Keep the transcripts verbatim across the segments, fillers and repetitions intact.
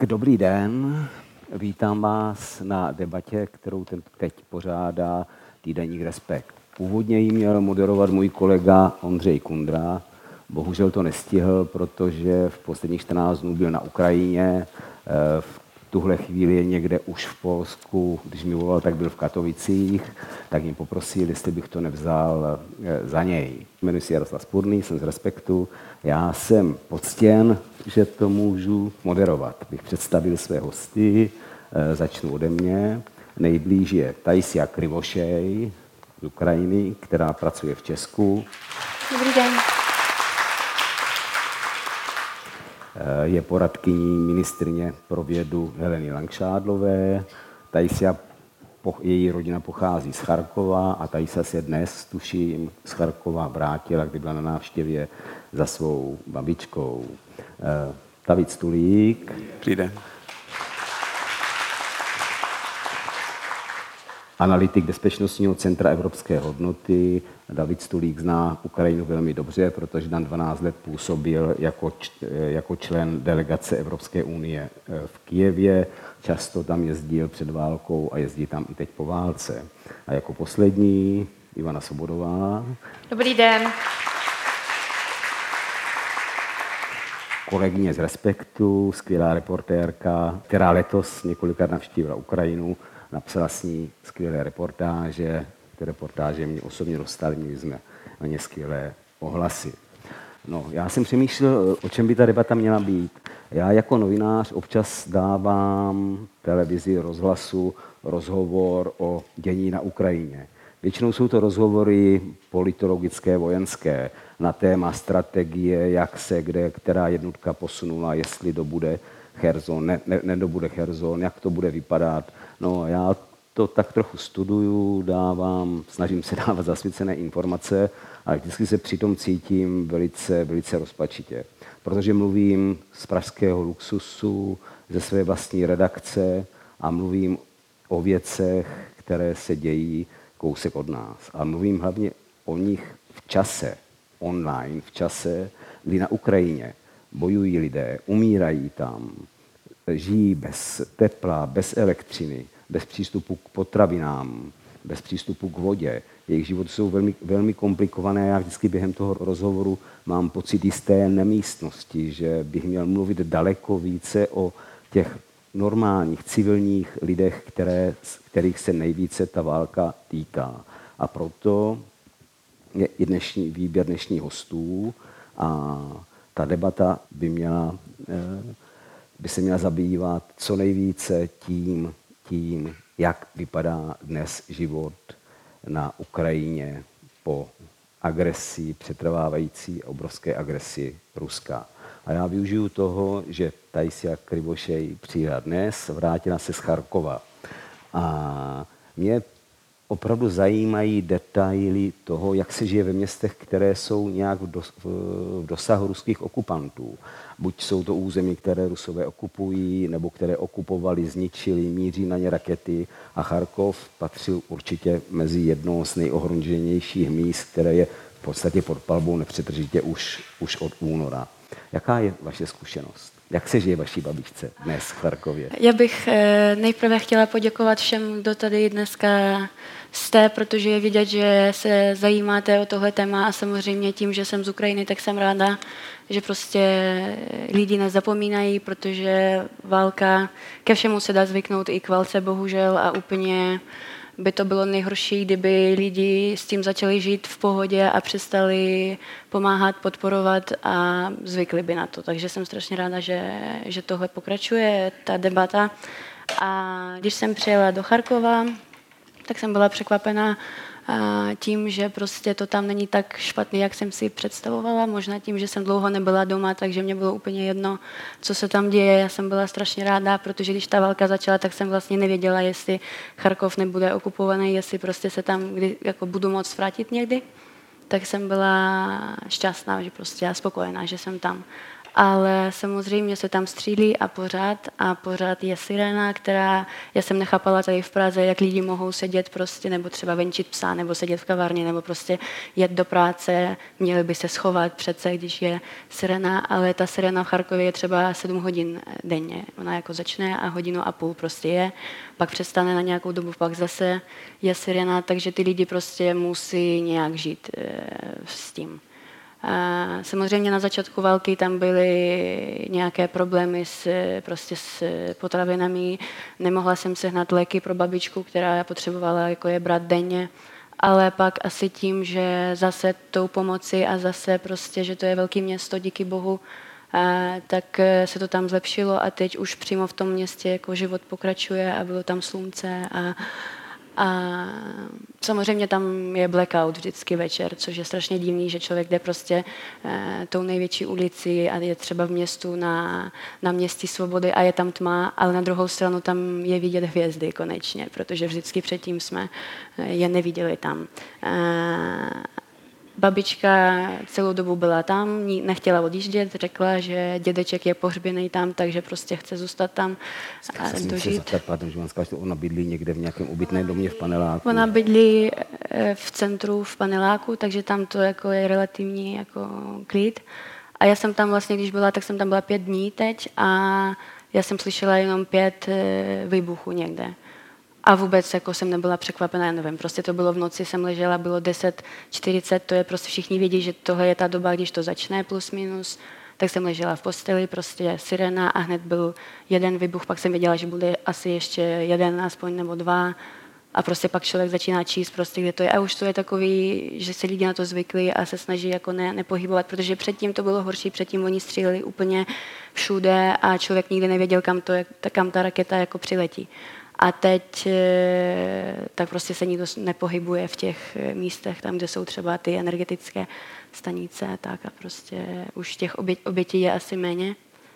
Dobrý den, vítám vás na debatě, kterou teď pořádá týdeník Respekt. Původně ji měl moderovat můj kolega Ondřej Kundra, bohužel to nestihl, protože v posledních čtrnáct dnů byl na Ukrajině, v tuhle chvíli je někde už v Polsku, když mi volal, tak byl v Katovicích, tak mě poprosil, jestli bych to nevzal za něj. Jmenuji se Jaroslav Spurný, jsem z Respektu. Já jsem poctěn, že to můžu moderovat. Bych představil své hosty, začnu ode mě. Nejblíž je Taisia Krivošej z Ukrajiny, která pracuje v Česku. Dobrý den. Je poradkyní ministryně pro vědu Heleny Langšádlové. Taisia, její rodina pochází z Charkova a Taisia se dnes, tuším, z Charkova vrátila, kdy byla na návštěvě za svou babičkou. David Stulík. Dobrý den. Analytik Bezpečnostního centra Evropské hodnoty. David Stulík zná Ukrajinu velmi dobře, protože tam dvanáct let působil jako, jako člen delegace Evropské unie v Kyjevě. Často tam jezdil před válkou a jezdí tam i teď po válce. A jako poslední Ivana Sobodová. Dobrý den. Kolegyně z Respektu, skvělá reportérka, která letos několikrát navštívila Ukrajinu. Napsala s ní skvělé reportáže. Ty reportáže mě osobně dostali, měli jsme na ně skvělé ohlasy. No, já jsem přemýšlel, o čem by ta debata měla být. Já jako novinář občas dávám televizi, rozhlasu, rozhovor o dění na Ukrajině. Většinou jsou to rozhovory politologické, vojenské, na téma strategie, jak se kde, která jednotka posunula, jestli dobude Cherson, ne, ne, nedobude Cherson, jak to bude vypadat. No, já to tak trochu studuju, dávám, snažím se dávat zasvěcené informace, ale vždycky se přitom cítím velice, velice rozpačitě. Protože mluvím z pražského luxusu, ze své vlastní redakce a mluvím o věcech, které se dějí kousek od nás. A mluvím hlavně o nich v čase, online, v čase, kdy na Ukrajině bojují lidé, umírají tam, žijí bez tepla, bez elektřiny, bez přístupu k potravinám, bez přístupu k vodě. Jejich životy jsou velmi, velmi komplikované. Já vždycky během toho rozhovoru mám pocit jisté nemístnosti, že bych měl mluvit daleko více o těch normálních, civilních lidech, které, kterých se nejvíce ta válka týká. A proto je i dnešní výběr dnešních hostů a ta debata by, měla, by se měla zabývat co nejvíce tím, tím, jak vypadá dnes život na Ukrajině po agresi, přetrvávající obrovské agresi Ruska. A já využiju toho, že Taisia Krivošej přijela dnes, vrátila se z Charkova. A mě opravdu zajímají detaily toho, jak se žije ve městech, které jsou nějak v, dos, v dosahu ruských okupantů. Buď jsou to území, které Rusové okupují, nebo které okupovali, zničili, míří na ně rakety. A Charkov patřil určitě mezi jedno z nejohroženějších míst, které je v podstatě pod palbou nepřetržitě už, už od února. Jaká je vaše zkušenost? Jak se žije vaší babičce dnes v Charkově? Já bych nejprve chtěla poděkovat všem, kdo tady dneska jste, protože je vidět, že se zajímáte o tohle téma a samozřejmě tím, že jsem z Ukrajiny, tak jsem ráda, že prostě lidi nezapomínají, protože válka, ke všemu se dá zvyknout i k válce bohužel a úplně by to bylo nejhorší, kdyby lidi s tím začali žít v pohodě a přestali pomáhat, podporovat a zvykli by na to. Takže jsem strašně ráda, že, že tohle pokračuje, ta debata. A když jsem přijela do Charkova, tak jsem byla překvapena tím, že prostě to tam není tak špatný, jak jsem si představovala. Možná tím, že jsem dlouho nebyla doma, takže mě bylo úplně jedno, co se tam děje. Já jsem byla strašně ráda, protože když ta válka začala, tak jsem vlastně nevěděla, jestli Charkov nebude okupovaný, jestli prostě se tam kdy, jako budu moct vrátit někdy. Tak jsem byla šťastná, že prostě já spokojená, že jsem tam. ale samozřejmě se tam střílí a pořád a pořád je sirena, která, já jsem nechápala tady v Praze, jak lidi mohou sedět prostě, nebo třeba venčit psa, nebo sedět v kavárně, nebo prostě jet do práce, měli by se schovat přece, když je sirena, ale ta sirena v Charkově je třeba sedm hodin denně. Ona jako začne a hodinu a půl prostě je, pak přestane na nějakou dobu, pak zase je sirena, takže ty lidi prostě musí nějak žít e, s tím. A samozřejmě na začátku války tam byly nějaké problémy s, prostě s potravinami. Nemohla jsem sehnat léky pro babičku, která potřebovala jako je brát denně. Ale pak asi tím, že zase tou pomoci a zase prostě, že to je velké město, díky bohu, a tak se to tam zlepšilo a teď už přímo v tom městě jako život pokračuje a bylo tam slunce a A samozřejmě tam je blackout vždycky večer, což je strašně divný, že člověk jde prostě eh, tou největší ulici a je třeba v městu na, na městí Svobody a je tam tma, ale na druhou stranu tam je vidět hvězdy konečně, protože vždycky předtím jsme je neviděli tam. Eh, Babička celou dobu byla tam, nechtěla odjíždět, řekla, že dědeček je pohřběný tam, takže prostě chce zůstat tam a dožít. Ona bydlí někde v nějakém obytném domě v paneláku. Ona bydlí v centru v paneláku, takže tam to jako je relativní jako klid. A já jsem tam vlastně, když byla, tak jsem tam byla pět dní teď a já jsem slyšela jenom pět výbuchů někde. A vůbec jako jsem nebyla překvapená, já nevím, prostě to bylo v noci, jsem ležela, bylo deset čtyřicet, to je prostě všichni vědí, že tohle je ta doba, když to začne plus minus, tak jsem ležela v posteli, prostě sirena a hned byl jeden výbuch, pak jsem věděla, že bude asi ještě jeden aspoň nebo dva a prostě pak člověk začíná číst prostě, kde to je a už to je takový, že se lidi na to zvykli a se snaží jako ne, nepohybovat, protože předtím to bylo horší, předtím oni stříleli úplně všude a člověk nikdy nevěděl, kam, to, kam ta raketa jako přiletí. A teď tak prostě se nikdo nepohybuje v těch místech, tam, kde jsou třeba ty energetické stanice, tak a prostě už těch obě, obětí je asi méně.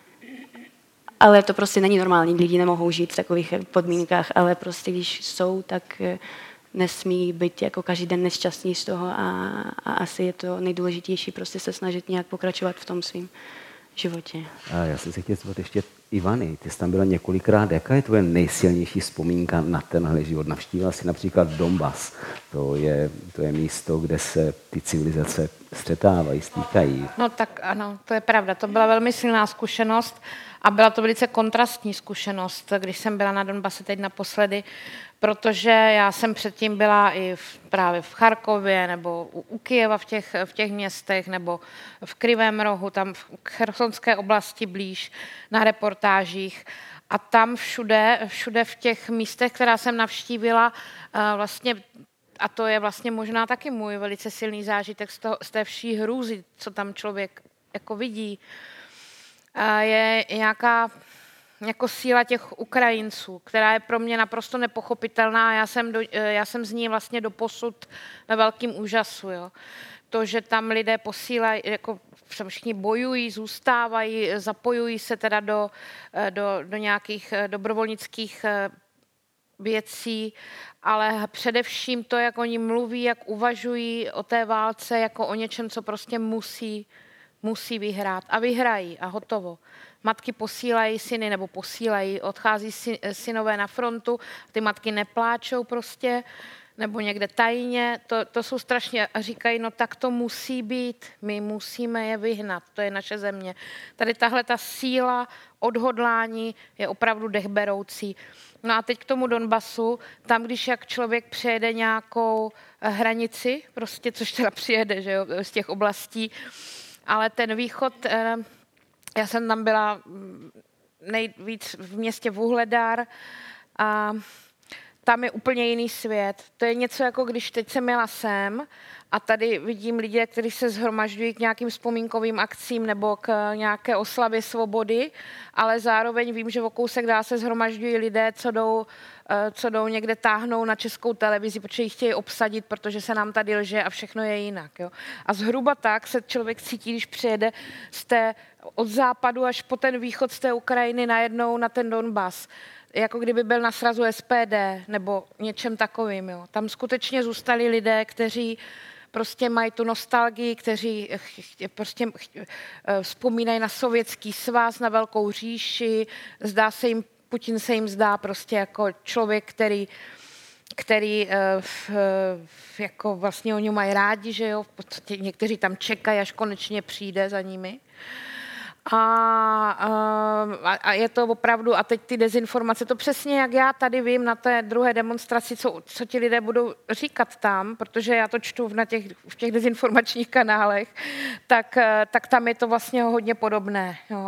Ale to prostě není normální, lidi nemohou žít v takových podmínkách, ale prostě když jsou, tak nesmí být jako každý den nešťastní z toho a, a asi je to nejdůležitější prostě se snažit nějak pokračovat v tom svým životě. A já jsem se chtěl zeptat ještě Ivany, ty jsi tam byla několikrát. Jaká je tvoje nejsilnější vzpomínka na tenhle život? Navštívila jsi například Donbas. To je, to je místo, kde se ty civilizace střetávají, stýkají. No tak ano, to je pravda. To byla velmi silná zkušenost a byla to velice kontrastní zkušenost, když jsem byla na Donbase teď naposledy, protože já jsem předtím byla i v, právě v Charkově nebo u, u Kyjeva v těch, v těch městech nebo v Krivém rohu, tam v Chersonské oblasti blíž na reportážích. A tam všude, všude v těch místech, která jsem navštívila, vlastně, a to je vlastně možná taky můj velice silný zážitek z, toho, z té vší hrůzy, co tam člověk jako vidí, je nějaká jako síla těch Ukrajinců, která je pro mě naprosto nepochopitelná. Já jsem, do, já jsem z ní vlastně doposud ve velkým úžasu. Jo. To, že tam lidé posílají, jako všichni bojují, zůstávají, zapojují se teda do, do, do nějakých dobrovolnických věcí, ale především to, jak oni mluví, jak uvažují o té válce jako o něčem, co prostě musí, musí vyhrát. A vyhrají a hotovo. Matky posílají syny, nebo posílají, odchází synové na frontu, ty matky nepláčou prostě, nebo někde tajně, to, to jsou strašně, a říkají, no tak to musí být, my musíme je vyhnat, to je naše země. Tady tahle ta síla odhodlání je opravdu dechberoucí. No a teď k tomu Donbasu, tam když jak člověk přejede nějakou hranici, prostě, což teda přijede, že jo, z těch oblastí, ale ten východ, já jsem tam byla nejvíc v městě Vuhledar a tam je úplně jiný svět. To je něco jako když teď jsem jela sem a tady vidím lidi, kteří se shromažďují k nějakým vzpomínkovým akcím nebo k nějaké oslavě svobody, ale zároveň vím, že o kousek dál se shromažďují lidé, co jdou, co jdou někde táhnou na Českou televizi, protože ji chtějí obsadit, protože se nám tady lže a všechno je jinak. Jo. A zhruba tak se člověk cítí, když přijede z té, od západu až po ten východ z té Ukrajiny najednou na ten Donbas. Jako kdyby byl na srazu S P D nebo něčem takovým. Jo. Tam skutečně zůstali lidé, kteří prostě mají tu nostalgii, kteří prostě vzpomínají na Sovětský svaz, na Velkou říši, zdá se jim, Putin se jim zdá prostě jako člověk, který který jako vlastně oni mají rádi, že jo, v podstatě někteří tam čekají, až konečně přijde za nimi. A, a je to opravdu, a teď ty dezinformace, to přesně jak já tady vím na té druhé demonstraci, co, co ti lidé budou říkat tam, protože já to čtu na těch, v těch dezinformačních kanálech, tak, tak tam je to vlastně hodně podobné. Jo.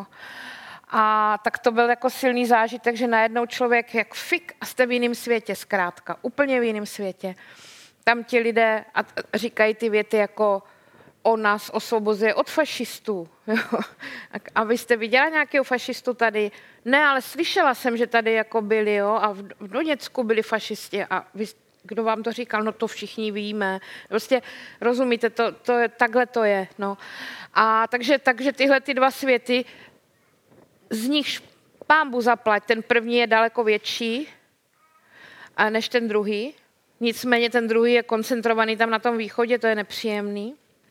A tak to byl jako silný zážitek, že najednou člověk jak fik a jste v jiném světě zkrátka, úplně v jiném světě. Tam ti lidé a říkají ty věty jako on nás osvobozuje od fašistů. Jo. A vy jste viděla nějakého fašistu tady? Ne, ale slyšela jsem, že tady jako byli, jo, a v Doněcku byli fašisti a vy, kdo vám to říkal? No to všichni víme. Prostě rozumíte, to, to je, takhle to je. No. A takže, takže tyhle ty dva světy, z nichž pánbu zaplať, ten první je daleko větší než ten druhý. Nicméně ten druhý je koncentrovaný tam na tom východě, to je nepříjemný.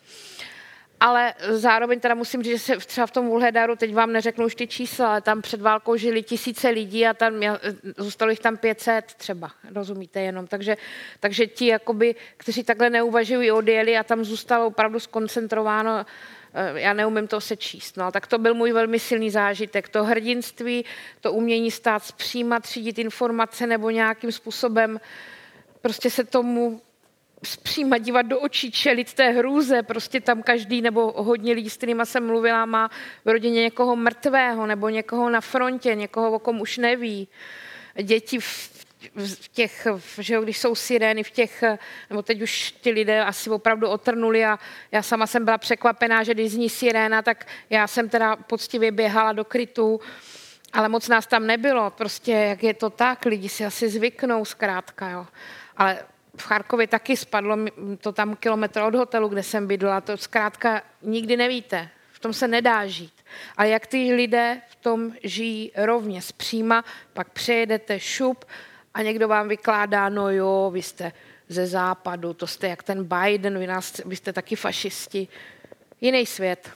Ale zároveň teda musím říct, že se třeba v tom Vuhledaru, teď vám neřeknu už ty čísla, ale tam před válkou žili tisíce lidí a tam zůstalo jich tam pět set třeba, rozumíte jenom. Takže, takže ti, jakoby, kteří takhle neuvažují, odjeli a tam zůstalo opravdu skoncentrováno, já neumím to sečíst, no, tak to byl můj velmi silný zážitek. To hrdinství, to umění stát zpříma, třídit informace nebo nějakým způsobem prostě se tomu zpříma dívat do očí, čelit té hrůze, prostě tam každý nebo hodně lidí, s kterýma jsem mluvila, má v rodině někoho mrtvého nebo někoho na frontě, někoho, o kom už neví. Děti v v těch, že jo, když jsou sirény v těch, nebo teď už ti lidé asi opravdu otrnuli a já sama jsem byla překvapená, že když zní siréna, tak já jsem teda poctivě běhala do krytu, ale moc nás tam nebylo, prostě jak je to tak, lidi si asi zvyknou zkrátka, jo. Ale v Charkově taky spadlo to tam kilometr od hotelu, kde jsem bydlela, to zkrátka nikdy nevíte, v tom se nedá žít. A jak ty lidé v tom žijí rovně zpříma, pak přejedete šup, a někdo vám vykládá, no jo, vy jste ze západu, to jste jak ten Biden, vy, nás, vy jste taky fašisti. Jiný svět.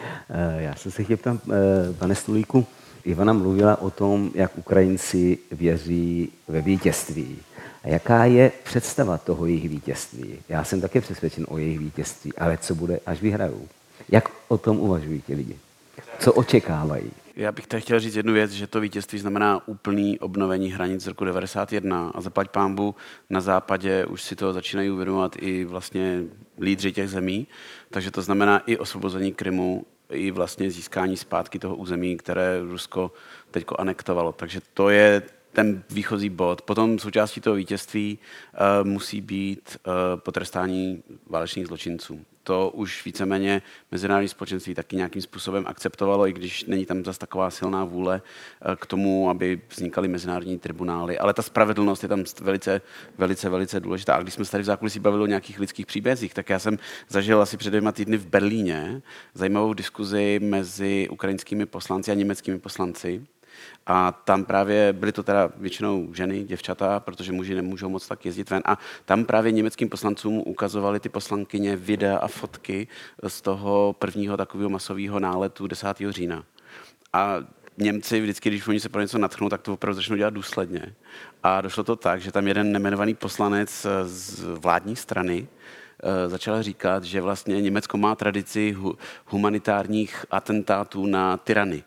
Já jsem se chtěl ptát, pane Stulíku, Ivana mluvila o tom, jak Ukrajinci věří ve vítězství. A jaká je představa toho jejich vítězství? Já jsem také přesvědčen o jejich vítězství, ale co bude, až vyhrajou? Jak o tom uvažují ti lidi? Co očekávají? Já bych tady chtěl říct jednu věc, že to vítězství znamená úplný obnovení hranic z roku devadesát jedna a zaplať pánbu na západě už si to začínají uvědomovat i vlastně lídři těch zemí, takže to znamená i osvobození Krymu, i vlastně získání zpátky toho území, které Rusko teďko anektovalo. Takže to je ten výchozí bod. Potom součástí toho vítězství uh, musí být uh, potrestání válečných zločinců. To už víceméně mezinárodní společenství taky nějakým způsobem akceptovalo, i když není tam zase taková silná vůle uh, k tomu, aby vznikaly mezinárodní tribunály. Ale ta spravedlnost je tam velice, velice, velice důležitá. A když jsme se tady v zákulisí bavili o nějakých lidských příbězích, tak já jsem zažil asi před dvěma týdny v Berlíně zajímavou diskuzi mezi ukrajinskými poslanci a německými poslanci. A tam právě byly to teda většinou ženy, děvčata, protože muži nemůžou moc tak jezdit ven. A tam právě německým poslancům ukazovali ty poslankyně videa a fotky z toho prvního takového masového náletu desátého října. A Němci vždycky, když oni se pro něco natchnou, tak to opravdu začnou dělat důsledně. A došlo to tak, že tam jeden nejmenovaný poslanec z vládní strany začal říkat, že vlastně Německo má tradici humanitárních atentátů na tyrany.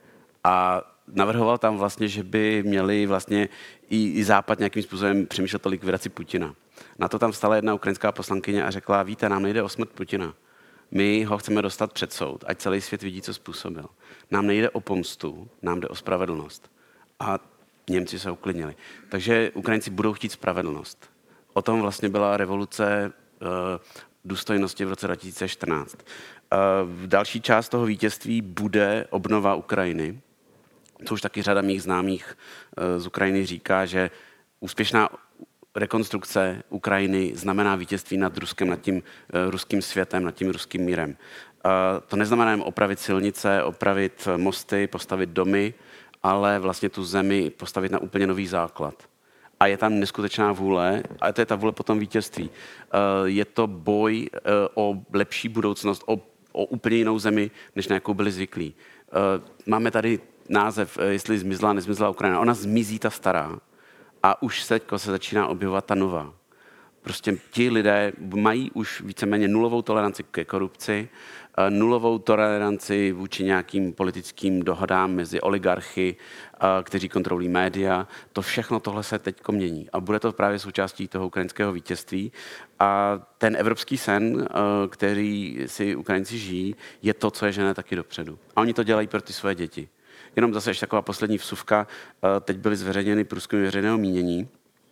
A navrhoval tam vlastně, že by měli vlastně i, i Západ nějakým způsobem přemýšlet o likvidaci Putina. Na to tam stala jedna ukrajinská poslankyně a řekla, víte, nám nejde o smrt Putina. My ho chceme dostat před soud, ať celý svět vidí, co způsobil. Nám nejde o pomstu, nám jde o spravedlnost. A Němci se uklidnili. Takže Ukrajinci budou chtít spravedlnost. O tom vlastně byla revoluce uh, důstojnosti v roce dva tisíce čtrnáct. Uh, další část toho vítězství bude obnova Ukrajiny, co už taky řada mých známých z Ukrajiny říká, že úspěšná rekonstrukce Ukrajiny znamená vítězství nad Ruskem, nad tím ruským světem, nad tím ruským mírem. To neznamená jen opravit silnice, opravit mosty, postavit domy, ale vlastně tu zemi postavit na úplně nový základ. a je tam neskutečná vůle a to je ta vůle potom vítězství. Je to boj o lepší budoucnost, o, o úplně jinou zemi, než na jakou byli zvyklí. Máme tady název, jestli zmizla, nezmizla Ukrajina. Ona zmizí ta stará a už se, se začíná objevovat ta nová. Prostě ti lidé mají už víceméně nulovou toleranci ke korupci, nulovou toleranci vůči nějakým politickým dohodám mezi oligarchy, kteří kontrolují média. To všechno tohle se teď mění a bude to právě součástí toho ukrajinského vítězství. A ten evropský sen, který si Ukrajinci žijí, je to, co je žene taky dopředu. A oni to dělají pro ty své děti. Jenom zase ještě taková poslední vsuvka. Teď byly zveřejněny průzkumy veřejného mínění,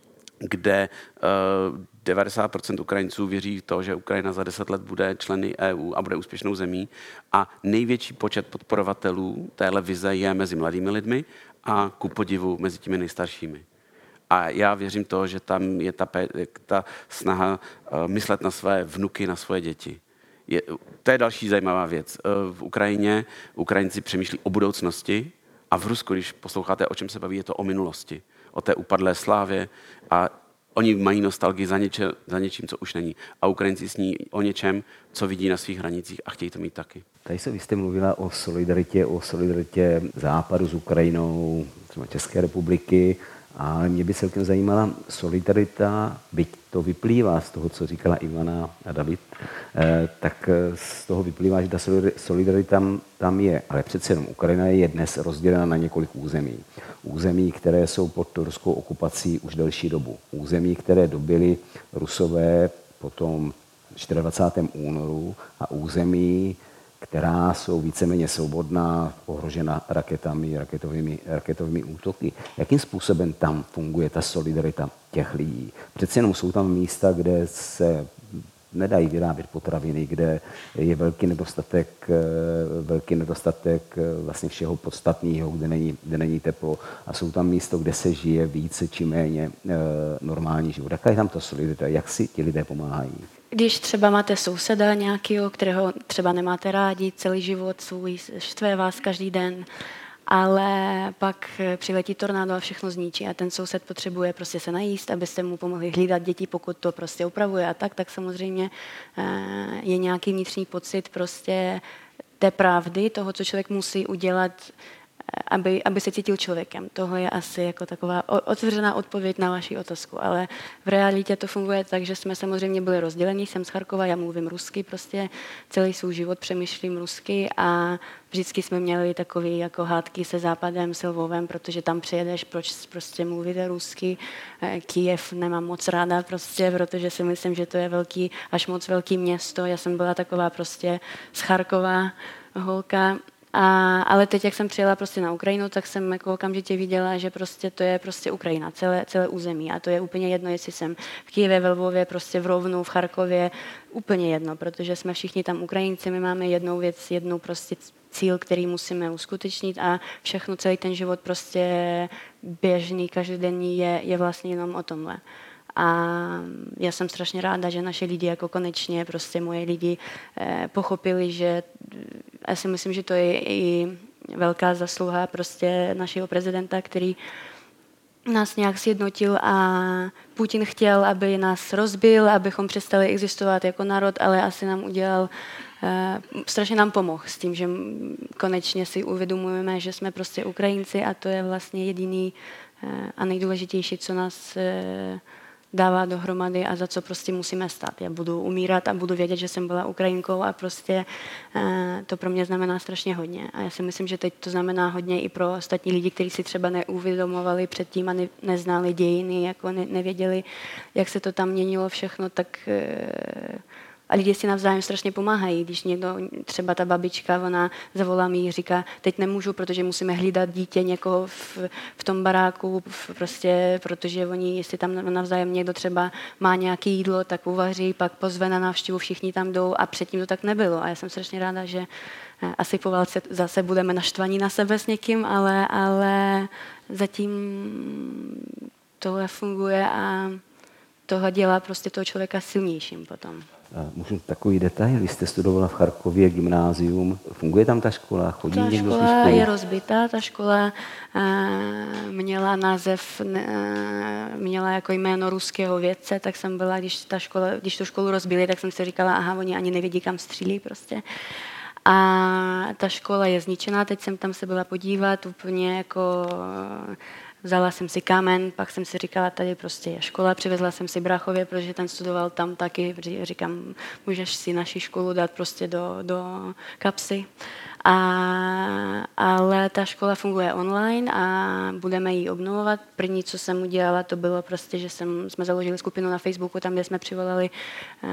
kde devadesát procent Ukrajinců věří v to, že Ukrajina za deset let bude členy E U a bude úspěšnou zemí. A největší počet podporovatelů téhle vize je mezi mladými lidmi a ku podivu mezi těmi nejstaršími. A já věřím to, že tam je ta, ta snaha myslet na své vnuky, na svoje děti. Je, to je další zajímavá věc. V Ukrajině Ukrajinci přemýšlí o budoucnosti a v Rusku, když posloucháte, o čem se baví, je to o minulosti, o té upadlé slávě a oni mají nostalgii za, něče, za něčím, co už není. A Ukrajinci sní o něčem, co vidí na svých hranicích a chtějí to mít taky. Tady se vy jste mluvila o solidaritě, o solidaritě Západu s Ukrajinou, třeba České republiky, a mě by celkem zajímala solidarita, byť to vyplývá z toho, co říkala Ivana a David, tak z toho vyplývá, že ta solidarita tam je. Ale přece jenom Ukrajina je dnes rozdělena na několik území. Území, které jsou pod ruskou okupací už delší dobu. Území, které dobyly Rusové potom dvacátého čtvrtého únoru a území, která jsou víceméně svobodná, ohrožena raketami, raketovými, raketovými útoky. Jakým způsobem tam funguje ta solidarita těch lidí? Přece jenom jsou tam místa, kde se nedají vyrábět potraviny, kde je velký nedostatek, velký nedostatek vlastně všeho podstatného, kde není, kde není teplo. A jsou tam místo, kde se žije více či méně normální život. Jaká je tam ta solidarita? Jak si ti lidé pomáhají? Když třeba máte souseda nějakého, kterého třeba nemáte rádi celý život svůj, štve vás každý den, ale pak přiletí tornádo a všechno zničí a ten soused potřebuje prostě se najíst, abyste mu pomohli hlídat děti, pokud to prostě upravuje a tak, tak samozřejmě je nějaký vnitřní pocit prostě té pravdy, toho, co člověk musí udělat, aby, aby se cítil člověkem. Tohle je asi jako taková otevřená odpověď na vaši otázku, ale v realitě to funguje tak, že jsme samozřejmě byli rozděleni. Jsem z Charkova, já mluvím rusky, prostě celý svůj život přemýšlím rusky a vždycky jsme měli takový jako hádky se Západem, s Lvovem, protože tam přijedeš, proč prostě mluvíte rusky. Kyjev nemám moc ráda prostě, protože si myslím, že to je velký, až moc velký město. Já jsem byla taková prostě z Charkova holka. A, ale teď, jak jsem přijela prostě na Ukrajinu, tak jsem jako okamžitě viděla, že prostě to je prostě Ukrajina, celé, celé území. A to je úplně jedno, jestli jsem v Kyjevě, ve Lvově, prostě v Rovnu, v Charkově, úplně jedno, protože jsme všichni tam Ukrajinci, my máme jednou věc, jednou prostě cíl, který musíme uskutečnit a všechno, celý ten život prostě běžný, každodenní je, je vlastně jenom o tomhle. A já jsem strašně ráda, že naše lidi jako konečně prostě moje lidi eh, pochopili, že já si myslím, že to je i velká zasluha prostě našeho prezidenta, který nás nějak sjednotil a Putin chtěl, aby nás rozbil, abychom přestali existovat jako národ, ale asi nám udělal, eh, strašně nám pomohl s tím, že konečně si uvědomujeme, že jsme prostě Ukrajinci a to je vlastně jediný eh, a nejdůležitější, co nás eh, dává dohromady a za co prostě musíme stát. Já budu umírat a budu vědět, že jsem byla Ukrajinkou a prostě eh, to pro mě znamená strašně hodně. A já si myslím, že teď to znamená hodně i pro ostatní lidi, kteří si třeba neuvědomovali předtím a ne, neznali dějiny, jako ne, nevěděli, jak se to tam měnilo všechno, tak eh, a lidi si navzájem strašně pomáhají. Když někdo, třeba ta babička, ona zavolá mi, říká, teď nemůžu, protože musíme hlídat dítě někoho v, v tom baráku, v, prostě, protože oni, jestli tam navzájem někdo třeba má nějaké jídlo, tak uvaří, pak pozve na návštěvu, všichni tam jdou a předtím to tak nebylo. A já jsem strašně ráda, že asi po válce zase budeme naštvaní na sebe s někým, ale, ale zatím tohle funguje a tohle dělá prostě toho člověka silnějším potom. Můžu takový detail, vy jste studovala v Charkově gymnázium, funguje tam ta škola, chodí Ta někdo do té škola školy? je rozbitá, ta škola uh, měla název, uh, měla jako jméno ruského vědce, tak jsem byla, když, ta škola, když tu školu rozbili, tak jsem si říkala, aha, oni ani nevědí, kam střílí prostě. A ta škola je zničená, teď jsem tam se byla podívat, úplně jako vzala jsem si kámen, pak jsem si říkala, tady prostě je škola, přivezla jsem si bráchově, protože ten studoval tam taky, říkám, můžeš si naši školu dát prostě do, do kapsy. A, ale ta škola funguje online a budeme ji obnovovat. První, co jsem udělala, to bylo prostě, že jsem, jsme založili skupinu na Facebooku, tam, kde jsme přivolali uh,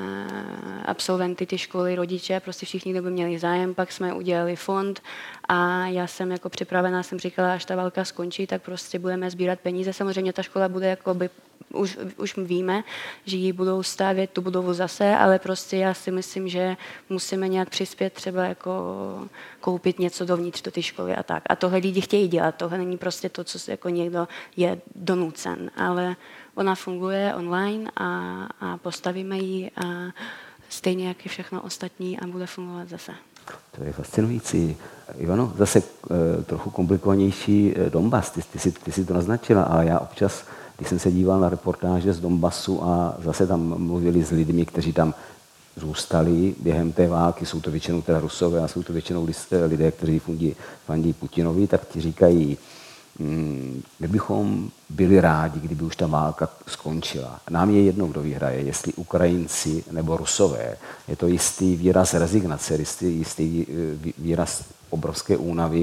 absolventy ty školy, rodiče, prostě všichni, kdo by měli zájem, pak jsme udělali fond a já jsem jako připravená, jsem říkala, až ta válka skončí, tak prostě budeme sbírat peníze. Samozřejmě ta škola bude jakoby Už, už víme, že ji budou stavět tu budovu zase, ale prostě já si myslím, že musíme nějak přispět, třeba jako koupit něco dovnitř do té školy a tak. A tohle lidi chtějí dělat, tohle není prostě to, co jako někdo je donucen, ale ona funguje online a, a postavíme ji a stejně jak i všechno ostatní a bude fungovat zase. To je fascinující. Ivano, zase e, trochu komplikovanější Donbas, ty, ty, si, ty si to naznačila, ale já občas, když jsem se díval na reportáže z Donbasu a zase tam mluvili s lidmi, kteří tam zůstali během té války, jsou to většinou teda Rusové a jsou to většinou lidé, kteří fandí, fandí Putinovi, tak ti říkají, mm, my bychom byli rádi, kdyby už ta válka skončila. Nám je jedno, kdo vyhraje, jestli Ukrajinci nebo Rusové. Je to jistý výraz rezignace, jistý, jistý výraz obrovské únavy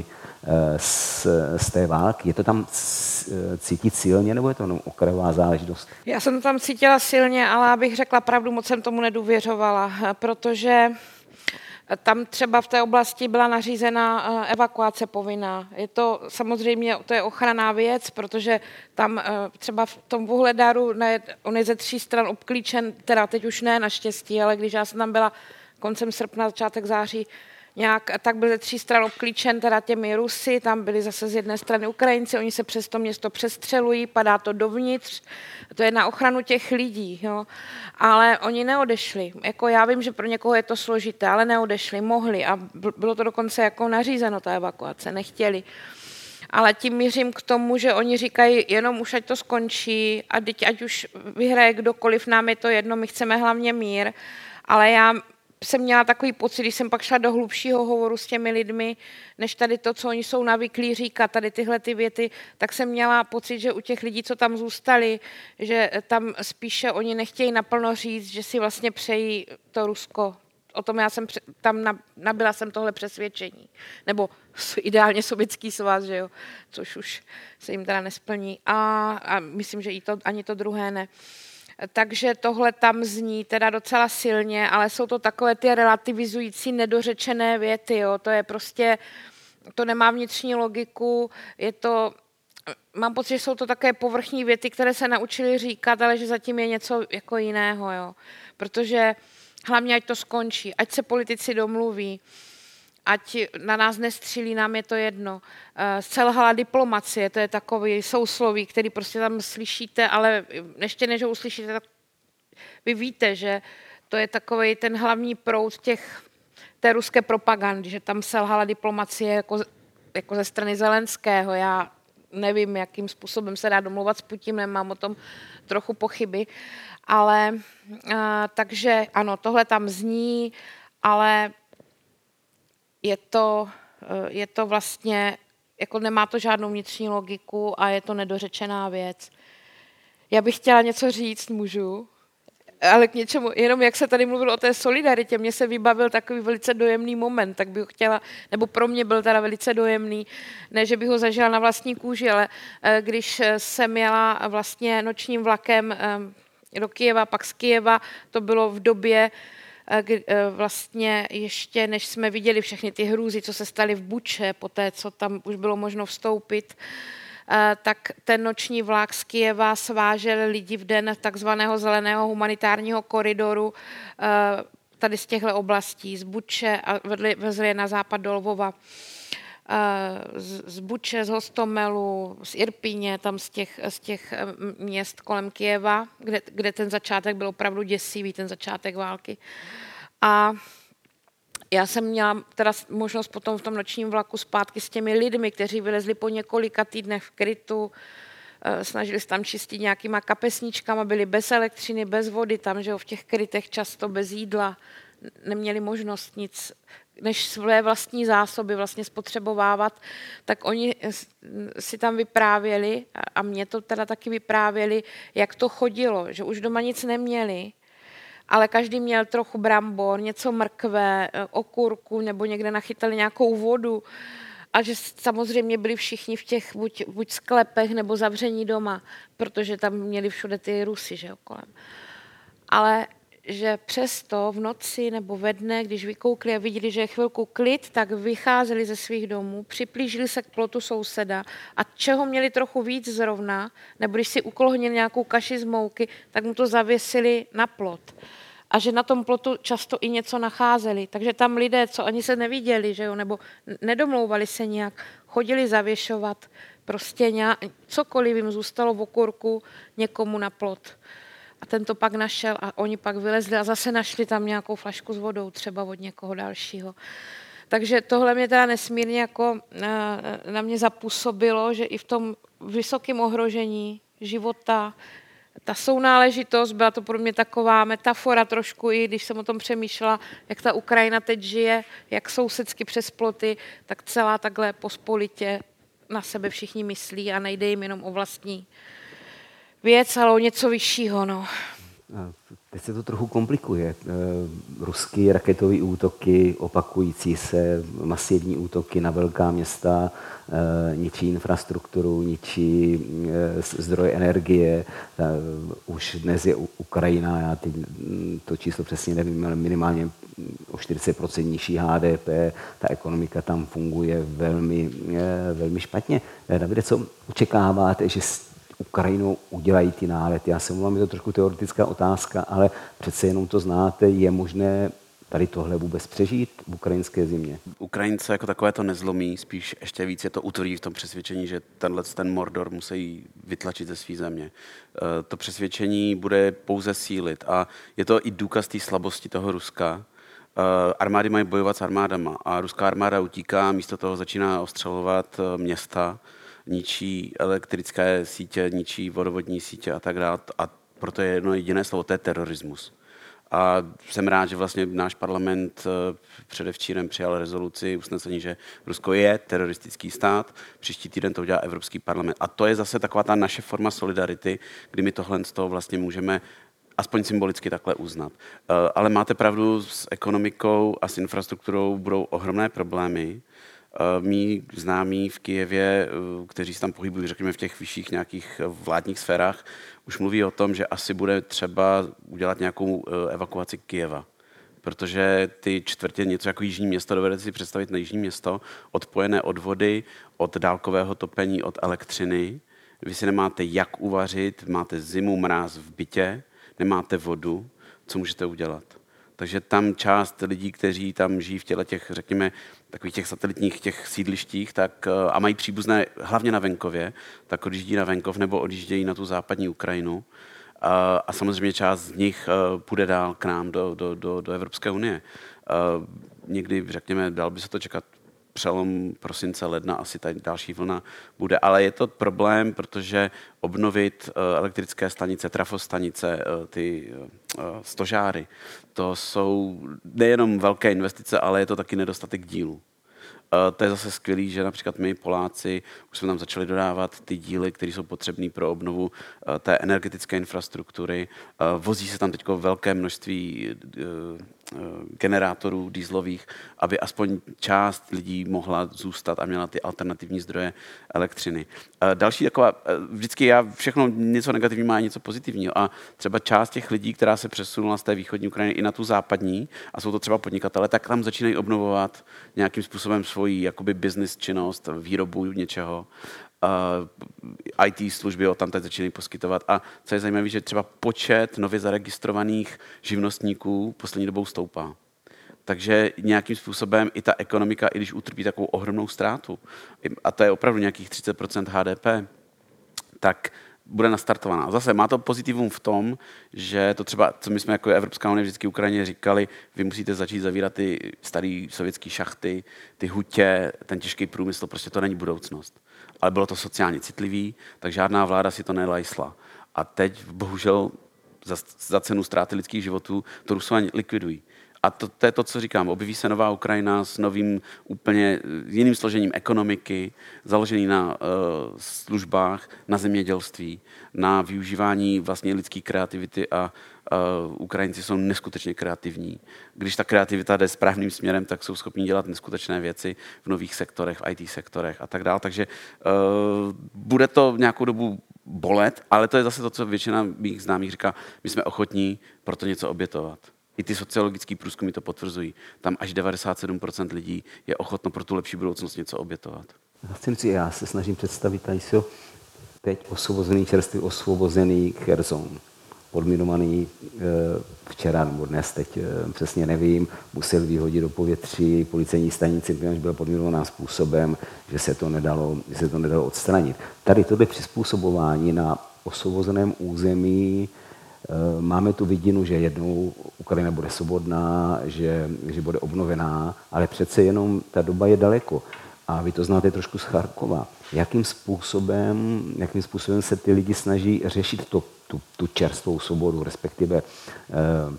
z, z té války. Je to tam cítit silně, nebo je to jenom okrajová záležitost? Já jsem to tam cítila silně, ale abych řekla pravdu, moc jsem tomu nedůvěřovala, protože tam třeba v té oblasti byla nařízena evakuace povinná. Je to samozřejmě, to je ochranná věc, protože tam třeba v tom Vuhledaru, on je ze tří stran obklíčen, teda teď už ne naštěstí, ale když já jsem tam byla koncem srpna, začátek září, nějak, tak byl ze tří stran obklíčen teda těmi Rusy, tam byli zase z jedné strany Ukrajinci, oni se přes to město přestřelují, padá to dovnitř, to je na ochranu těch lidí, jo. Ale oni neodešli, jako já vím, že pro někoho je to složité, ale neodešli, mohli a bylo to dokonce jako nařízeno, ta evakuace, nechtěli. Ale tím mířím k tomu, že oni říkají, jenom už ať to skončí a teď ať už vyhraje kdokoliv, nám je to jedno, my chceme hlavně mír, ale já jsem měla takový pocit, když jsem pak šla do hlubšího hovoru s těmi lidmi, než tady to, co oni jsou navyklí říkat, tady tyhle ty věty, tak jsem měla pocit, že u těch lidí, co tam zůstali, že tam spíše oni nechtějí naplno říct, že si vlastně přejí to Rusko. O tom já jsem tam nabyla jsem tohle přesvědčení. Nebo ideálně Sovětský svaz, že jo, což už se jim teda nesplní. A, a myslím, že i to, ani to druhé ne. Takže tohle tam zní teda docela silně, ale jsou to takové ty relativizující nedořečené věty, jo. To je prostě, to nemá vnitřní logiku, je to, mám pocit, že jsou to také povrchní věty, které se naučili říkat, ale že zatím je něco jako jiného, jo. Protože hlavně ať to skončí, ať se politici domluví, ať na nás nestřílí, nám je to jedno. Selhala diplomacie, to je takový sousloví, který prostě tam slyšíte, ale ještě než ho uslyšíte, tak vy víte, že to je takový ten hlavní proud těch, té ruské propagandy, že tam selhala diplomacie jako, jako ze strany Zelenského. Já nevím, jakým způsobem se dá domluvat s Putinem, mám o tom trochu pochyby, ale a, takže ano, tohle tam zní, ale je to, je to vlastně, jako nemá to žádnou vnitřní logiku a je to nedořečená věc. Já bych chtěla něco říct, můžu, ale k něčemu, jenom jak se tady mluvilo o té solidaritě, mně se vybavil takový velice dojemný moment, tak bych ho chtěla, nebo pro mě byl teda velice dojemný, ne, že bych ho zažila na vlastní kůži, ale když jsem jela vlastně nočním vlakem do Kyjeva, pak z Kyjeva, to bylo v době, vlastně ještě než jsme viděli všechny ty hrůzy, co se staly v Buče, po té, co tam už bylo možno vstoupit, tak ten noční vlak z Kyjeva svážel lidi v den takzvaného zeleného humanitárního koridoru tady z těchto oblastí, z Buče a vezli je na západ do Lvova. z, z Buče, z Hostomelu, z Irpíně, tam z těch, z těch měst kolem Kyjeva, kde, kde ten začátek byl opravdu děsivý, ten začátek války. A já jsem měla teda možnost potom v tom nočním vlaku zpátky s těmi lidmi, kteří vylezli po několika týdnech v krytu, snažili se tam čistit nějakýma kapesničkama, byli bez elektřiny, bez vody, tam, že jo, v těch krytech často bez jídla, neměli možnost nic, než své vlastní zásoby vlastně spotřebovávat, tak oni si tam vyprávěli, a mě to teda taky vyprávěli, jak to chodilo, že už doma nic neměli, ale každý měl trochu brambor, něco mrkve, okurku, nebo někde nachytali nějakou vodu. A že samozřejmě byli všichni v těch buď, buď sklepech nebo zavření doma, protože tam měli všude ty Rusy, že jo, kolem. Ale že přesto v noci nebo ve dne, když vykoukli a viděli, že je chvilku klid, tak vycházeli ze svých domů, připlížili se k plotu souseda a čeho měli trochu víc zrovna, nebo když si uklohnili nějakou kaši z mouky, tak mu to zavěsili na plot. A že na tom plotu často i něco nacházeli. Takže tam lidé, co ani se neviděli, že jo, nebo nedomlouvali se nějak, chodili zavěšovat, prostě nějak, cokoliv jim zůstalo v okurku někomu na plot. A ten to pak našel a oni pak vylezli a zase našli tam nějakou flašku s vodou, třeba od někoho dalšího. Takže tohle mě teda nesmírně jako na, na mě zapůsobilo, že i v tom vysokém ohrožení života, ta sounáležitost, byla to pro mě taková metafora trošku, i když jsem o tom přemýšlela, jak ta Ukrajina teď žije, jak sousedsky přes ploty, tak celá takhle pospolitě na sebe všichni myslí a nejde jim jenom o vlastní věc, ale o něco vyššího. No. Teď se to trochu komplikuje. Ruský raketové útoky, opakující se masivní útoky na velká města, ničí infrastrukturu, ničí zdroje energie. Už dnes je Ukrajina, já teď to číslo přesně nevím, ale minimálně o čtyřicet procent nižší H D P, ta ekonomika tam funguje velmi, velmi špatně. Davide, co očekáváte, že Ukrajinou udělají ty nálety? Já se mluvám, je to trošku teoretická otázka, ale přece jenom to znáte, je možné tady tohle vůbec přežít v ukrajinské zimě? Ukrajince jako takové to nezlomí, spíš ještě víc je to utvrdí v tom přesvědčení, že tenhle ten Mordor musí vytlačit ze své země. To přesvědčení bude pouze sílit a je to i důkaz té slabosti toho Ruska. Armády mají bojovat s armádama a ruská armáda utíká, místo toho začíná ostřelovat města, ničí elektrické sítě, ničí vodovodní sítě a tak dále. A proto je jedno jediné slovo, to je terorismus. A jsem rád, že vlastně náš parlament předevčírem přijal rezoluci, usnesení, že Rusko je teroristický stát. Příští týden to udělá Evropský parlament. A to je zase taková ta naše forma solidarity, kdy my tohle z toho vlastně můžeme aspoň symbolicky takhle uznat. Ale máte pravdu, s ekonomikou a s infrastrukturou budou ohromné problémy. Mí známí v Kyjevě, kteří se tam pohybují, řekněme, v těch vyšších nějakých vládních sférách, už mluví o tom, že asi bude třeba udělat nějakou evakuaci Kyjeva. Protože ty čtvrtě, něco jako jižní město, dovedete si představit na jižní město, odpojené od vody, od dálkového topení, od elektřiny. Vy si nemáte jak uvařit, máte zimu, mráz v bytě, nemáte vodu, co můžete udělat? Takže tam část lidí, kteří tam žijí v těle těch, řekněme, takových těch satelitních těch sídlištích, tak, a mají příbuzné hlavně na venkově, tak odjíždí na venkov nebo odjíždějí na tu západní Ukrajinu. A, a samozřejmě část z nich půjde dál k nám do, do, do, do Evropské unie. A někdy, řekněme, dal by se to čekat přelom prosince, ledna, asi ta další vlna bude. Ale je to problém, protože obnovit elektrické stanice, trafostanice, ty stožáry, to jsou nejenom velké investice, ale je to taky nedostatek dílů. To je zase skvělý, že například my Poláci už jsme tam začali dodávat ty díly, které jsou potřebné pro obnovu té energetické infrastruktury. Vozí se tam teď velké množství generátorů dieselových, aby aspoň část lidí mohla zůstat a měla ty alternativní zdroje elektřiny. Další taková, vždycky já všechno něco negativního má něco pozitivního a třeba část těch lidí, která se přesunula z té východní Ukrajiny i na tu západní, a jsou to třeba podnikatele, tak tam začínají obnovovat nějakým způsobem svoji jakoby business činnost, výrobu něčeho. Uh, í té služby tam teď začínají poskytovat. A co je zajímavé, že třeba počet nově zaregistrovaných živnostníků poslední dobou stoupá. Takže nějakým způsobem i ta ekonomika, i když utrpí takovou ohromnou ztrátu, a to je opravdu nějakých třicet procent H D P, tak bude nastartovaná. Zase má to pozitivum v tom, že to třeba, co my jsme jako Evropská unie vždycky Ukrajině říkali, vy musíte začít zavírat ty staré sovětské šachty, ty hutě, ten těžký průmysl, prostě to není budoucnost. Ale bylo to sociálně citlivý, tak žádná vláda si to nelajsla. A teď bohužel za, za cenu ztráty lidských životů to Rusové likvidují. A to, to je to, co říkám. Objeví se nová Ukrajina s novým úplně jiným složením ekonomiky, založený na uh, službách, na zemědělství, na využívání vlastně lidské kreativity a uh, Ukrajinci jsou neskutečně kreativní. Když ta kreativita jde správným směrem, tak jsou schopni dělat neskutečné věci v nových sektorech, v í té sektorech a tak dále. Takže uh, bude to nějakou dobu bolet, ale to je zase to, co většina mých známých říká, my jsme ochotní pro to něco obětovat. I ty sociologické průzkumy to potvrzují. Tam až devadesát sedm procent lidí je ochotno pro tu lepší budoucnost něco obětovat. Já se snažím představit, tady jsou teď osvobozený, čerstvě osvobozený Cherson, podminovaný včera nebo dnes, teď přesně nevím, musel vyhodit do povětří policejní stanici, protože byla podminovaná způsobem, že se to nedalo, že se to nedalo odstranit. Tady tohle přizpůsobování na osvobozeném území, máme tu vidinu, že jednou Ukrajina bude svobodná, že, že bude obnovená, ale přece jenom ta doba je daleko. A vy to znáte trošku z Charkova. Jakým způsobem, jakým způsobem se ty lidi snaží řešit to, tu, tu čerstvou svobodu, respektive eh,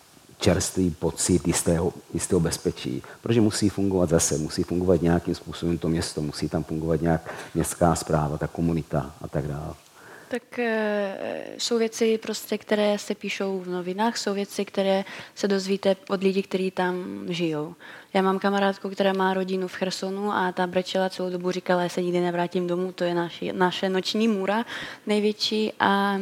čerstvý pocit jistého, jistého bezpečí. Protože musí fungovat zase, musí fungovat nějakým způsobem to město, musí tam fungovat nějak městská správa, ta komunita a tak dále. Tak e, jsou věci, prostě, které se píšou v novinách, jsou věci, které se dozvíte od lidí, kteří tam žijou. Já mám kamarádku, která má rodinu v Chersonu a ta brečela celou dobu, říkala, že se nikdy nevrátím domů, to je naši, naše noční můra největší. A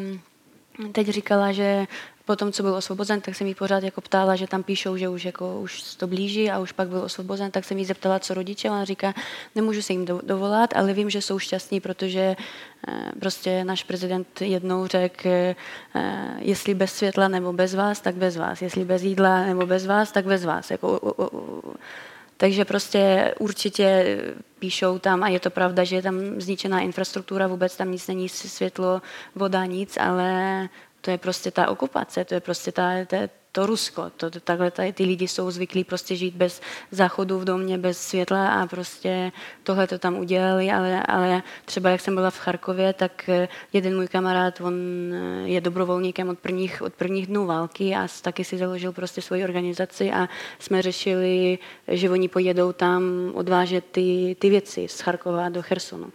teď říkala, že potom, co byl osvobozen, tak jsem jí pořád jako ptala, že tam píšou, že už, jako, už to blíží a už pak byl osvobozen, tak jsem jí zeptala, co rodiče. Ona říká, nemůžu se jim dovolat, ale vím, že jsou šťastní, protože eh, prostě náš prezident jednou řekl, eh, jestli bez světla nebo bez vás, tak bez vás. Jestli bez jídla nebo bez vás, tak bez vás. Jako, o, o, o. Takže prostě určitě píšou tam a je to pravda, že je tam zničená infrastruktura, vůbec tam nic není, světlo, voda, nic, ale to je prostě ta okupace, to je prostě ta, ta, to Rusko. To, to, takhle tady, ty lidi jsou zvyklí prostě žít bez záchodu v domě, bez světla a prostě tohle to tam udělali, ale, ale třeba jak jsem byla v Charkově, tak jeden můj kamarád, on je dobrovolníkem od prvních, od prvních dnů války a taky si založil prostě svoji organizaci a jsme řešili, že oni pojedou tam odvážet ty, ty věci z Charkova do Chersonu.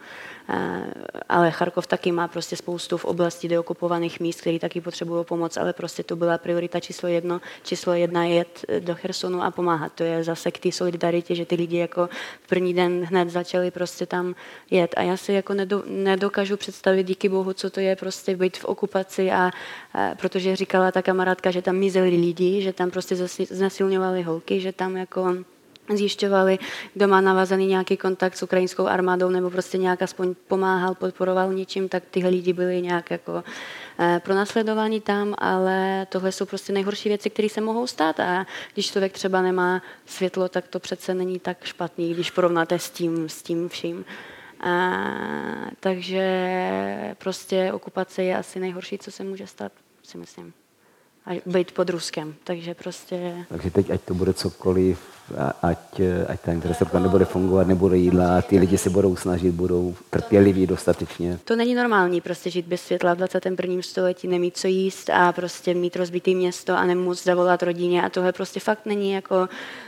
Ale Charkov taky má prostě spoustu v oblasti deokupovaných míst, které taky potřebují pomoc, ale prostě to byla priorita číslo jedno. Číslo jedna je jet do Chersonu a pomáhat. To je zase k té solidaritě, že ty lidi jako v první den hned začali prostě tam jet. A já si jako nedokážu představit, díky bohu, co to je prostě být v okupaci a, a protože říkala ta kamarádka, že tam mizeli lidi, že tam prostě znesilňovali holky, že tam jako zjišťovali, kdo má navazaný nějaký kontakt s ukrajinskou armádou nebo prostě nějak aspoň pomáhal, podporoval ničím, tak tyhle lidi byli nějak jako eh, pronásledovaní tam, ale tohle jsou prostě nejhorší věci, které se mohou stát a když člověk třeba nemá světlo, tak to přece není tak špatný, když porovnáte s tím, s tím vším. A, takže prostě okupace je asi nejhorší, co se může stát, si myslím. A být pod Ruskem, takže prostě... Takže teď, ať to bude cokoliv, ať, ať ta infrastruktura nebude fungovat, nebude jídla, ty lidi se budou snažit, budou trpěliví dostatečně. To není normální, prostě žít bez světla v dvacátém prvním století, nemít co jíst a prostě mít rozbitý město a nemůct zavolat rodině a tohle prostě fakt není jako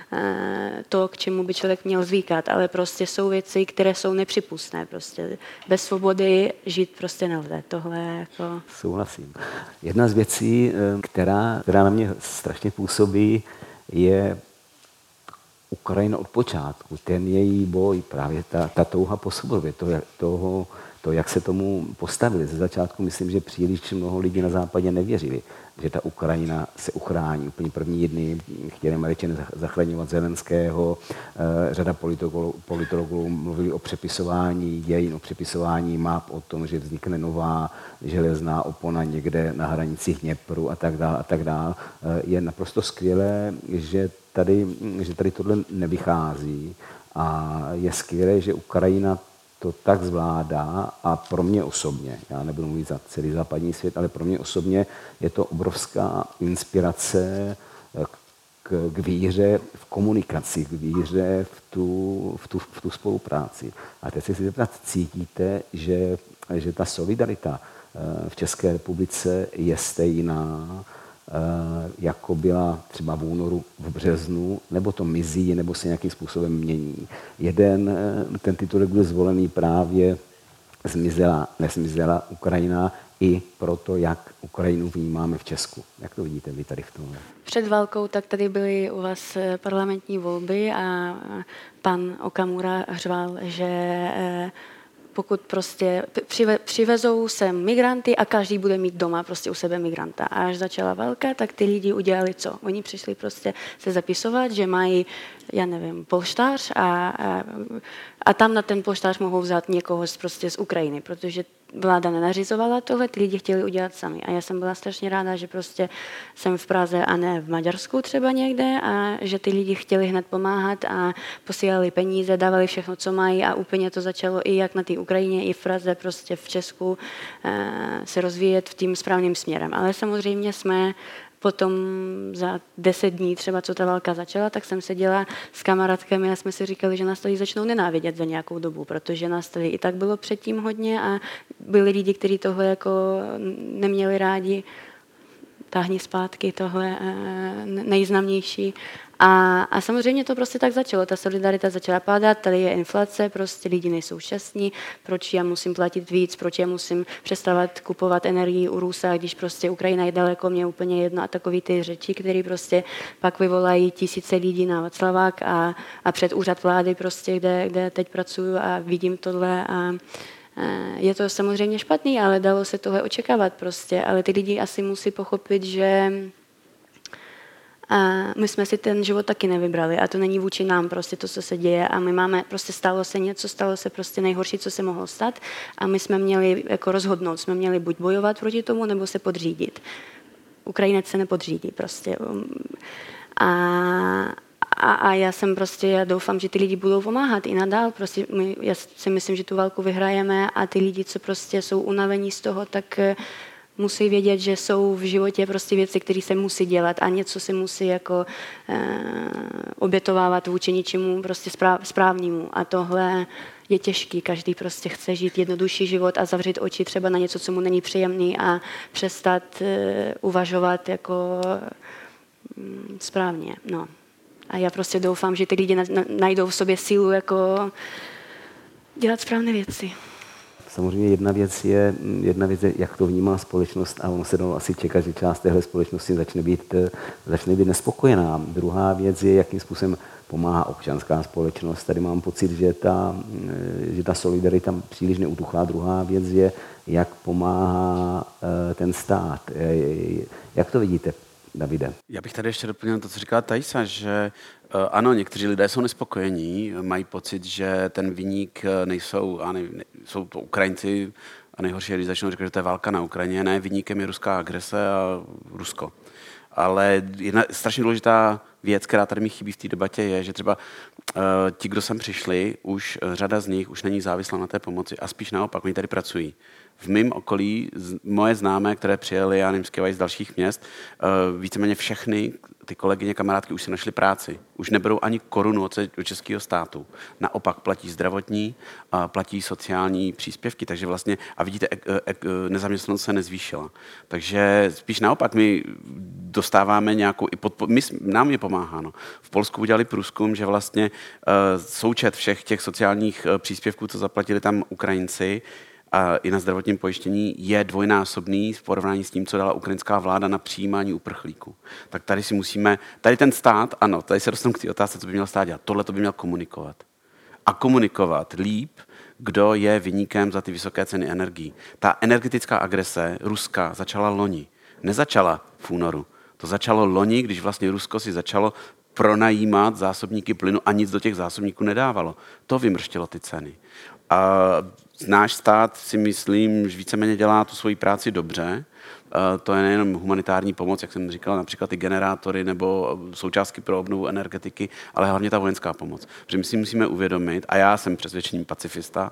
to, k čemu by člověk měl zvykat, ale prostě jsou věci, které jsou nepřipustné. Prostě bez svobody žít prostě nelze. Tohle jako... Souhlasím. Jedna z věcí, která, která na mě strašně působí, je Ukrajina od počátku. Ten její boj, právě ta, ta touha po svobodě, to, toho, to, jak se tomu postavili. Ze začátku myslím, že příliš mnoho lidí na západě nevěřili, že ta Ukrajina se uchrání. Úplně první dny chtěli Američané zachraňovat Zelenského. Řada politologů, politologů mluvili o přepisování dějin, o přepisování map, o tom, že vznikne nová železná opona někde na hranicích Dněpru a tak dále a tak dále. Je naprosto skvělé, že tady, že tady tohle nevychází a je skvělé, že Ukrajina to tak zvládá a pro mě osobně, já nebudu mluvit za celý západní svět, ale pro mě osobně je to obrovská inspirace k, k víře v komunikaci, k víře v tu, v tu, v tu spolupráci. A teď se si zeptat, cítíte, že, že ta solidarita v České republice je stejná, jako byla třeba v únoru, v březnu, nebo to mizí, nebo se nějakým způsobem mění. Jeden, ten titulek byl zvolený právě zmizela, nesmizela Ukrajina i proto, jak Ukrajinu vnímáme v Česku. Jak to vidíte vy tady v tomhle? Před válkou tak tady byly u vás parlamentní volby a pan Okamura řval, že pokud prostě přive, přivezou sem migranty a každý bude mít doma prostě u sebe migranta. A až začala válka, tak ty lidi udělali co? Oni přišli prostě se zapisovat, že mají, já nevím, polštář a, a, a tam na ten polštář mohou vzát někoho z, prostě z Ukrajiny, protože vláda nenařizovala tohle, ty lidi chtěli udělat sami. A já jsem byla strašně ráda, že prostě jsem v Praze a ne v Maďarsku třeba někde a že ty lidi chtěli hned pomáhat a posílali peníze, dávali všechno, co mají a úplně to začalo i jak na té Ukrajině, i v Praze, prostě v Česku se rozvíjet v tím správným směrem. Ale samozřejmě jsme potom za deset dní třeba, co ta válka začala, tak jsem seděla s kamarádkami a jsme si říkali, že nás tady začnou nenávidět za nějakou dobu, protože nás tady i tak bylo předtím hodně a byli lidi, kteří tohle jako neměli rádi. Táhni zpátky, tohle nejznámější. A, a samozřejmě to prostě tak začalo. Ta solidarita začala padat, tady je inflace, prostě lidi nejsou šťastní, proč já musím platit víc, proč já musím přestávat kupovat energii u Rusa, když prostě Ukrajina je daleko, mě úplně jedno a takový ty řeči, které prostě pak vyvolají tisíce lidí na Václavák a, a před úřad vlády prostě, kde, kde teď pracuju a vidím tohle a je to samozřejmě špatný, ale dalo se tohle očekávat prostě, ale ty lidi asi musí pochopit, že a my jsme si ten život taky nevybrali a to není vůči nám prostě to, co se děje a my máme, prostě stalo se něco, stalo se prostě nejhorší, co se mohlo stát a my jsme měli jako rozhodnout, jsme měli buď bojovat proti tomu, nebo se podřídit. Ukrajinec se nepodřídí prostě. A, a, a já jsem prostě, já doufám, že ty lidi budou pomáhat i nadál, prostě my, já si myslím, že tu válku vyhrajeme a ty lidi, co prostě jsou unavení z toho, tak musí vědět, že jsou v životě prostě věci, které se musí dělat a něco se musí jako eh, obětovávat vůči ničemu prostě správ, správnému. A tohle je těžký. Každý prostě chce žít jednodušší život a zavřít oči třeba na něco, co mu není příjemný a přestat eh, uvažovat jako hm, správně. No. A já prostě doufám, že ty lidi na, na, najdou v sobě sílu jako dělat správné věci. Samozřejmě jedna věc je, jedna věc je, jak to vnímá společnost a ono se dalo asi čekat, že část téhle společnosti začne být, začne být nespokojená. Druhá věc je, jakým způsobem pomáhá občanská společnost. Tady mám pocit, že ta, že ta solidarita příliš neutuchá. Druhá věc je, jak pomáhá ten stát. Jak to vidíte, Davide? Já bych tady ještě doplnil to, co říkala Tajsa, že ano, někteří lidé jsou nespokojení, mají pocit, že ten viník nejsou, a ne, jsou to Ukrajinci a nejhorší je, když začnou říkat, že to je válka na Ukrajině, ne, viníkem je ruská agrese a Rusko. Ale jedna strašně důležitá věc, která tady mi chybí v té debatě, je, že třeba uh, ti, kdo sem přišli, už uh, řada z nich už není závislá na té pomoci a spíš naopak, oni tady pracují. V mém okolí z, moje známé, které přijeli, já nevím, z dalších měst, uh, víceméně všechny ty kolegyně, kamarádky už si našly práci. Už neberou ani korunu od, od českého státu. Naopak platí zdravotní, uh, platí sociální příspěvky, takže vlastně, a vidíte, ek, ek, nezaměstnanost se nezvýšila. Takže spíš naopak, my dostáváme nějakou, i podpo- my, nám je pomáhá. No. V Polsku udělali průzkum, že vlastně uh, součet všech těch sociálních uh, příspěvků, co zaplatili tam Ukrajinci, a i na zdravotním pojištění je dvojnásobný v porovnání s tím, co dala ukrajinská vláda na přijímání uprchlíků. Tak tady si musíme, tady ten stát, ano, tady se dostanu k té otázce, co by měl stát dělat. Tohle to by měl komunikovat. A komunikovat líp, kdo je viníkem za ty vysoké ceny energií. Ta energetická agrese Ruska začala loni. Nezačala v únoru. To začalo loni, když vlastně Rusko si začalo pronajímat zásobníky plynu a nic do těch zásobníků nedávalo. To vymrštilo ty ceny. A náš stát si myslím, že víceméně dělá tu svoji práci dobře. To je nejenom humanitární pomoc, jak jsem říkal, například i generátory nebo součástky pro obnovu energetiky, ale hlavně ta vojenská pomoc. Protože my si musíme uvědomit, a já jsem přesvědčený pacifista,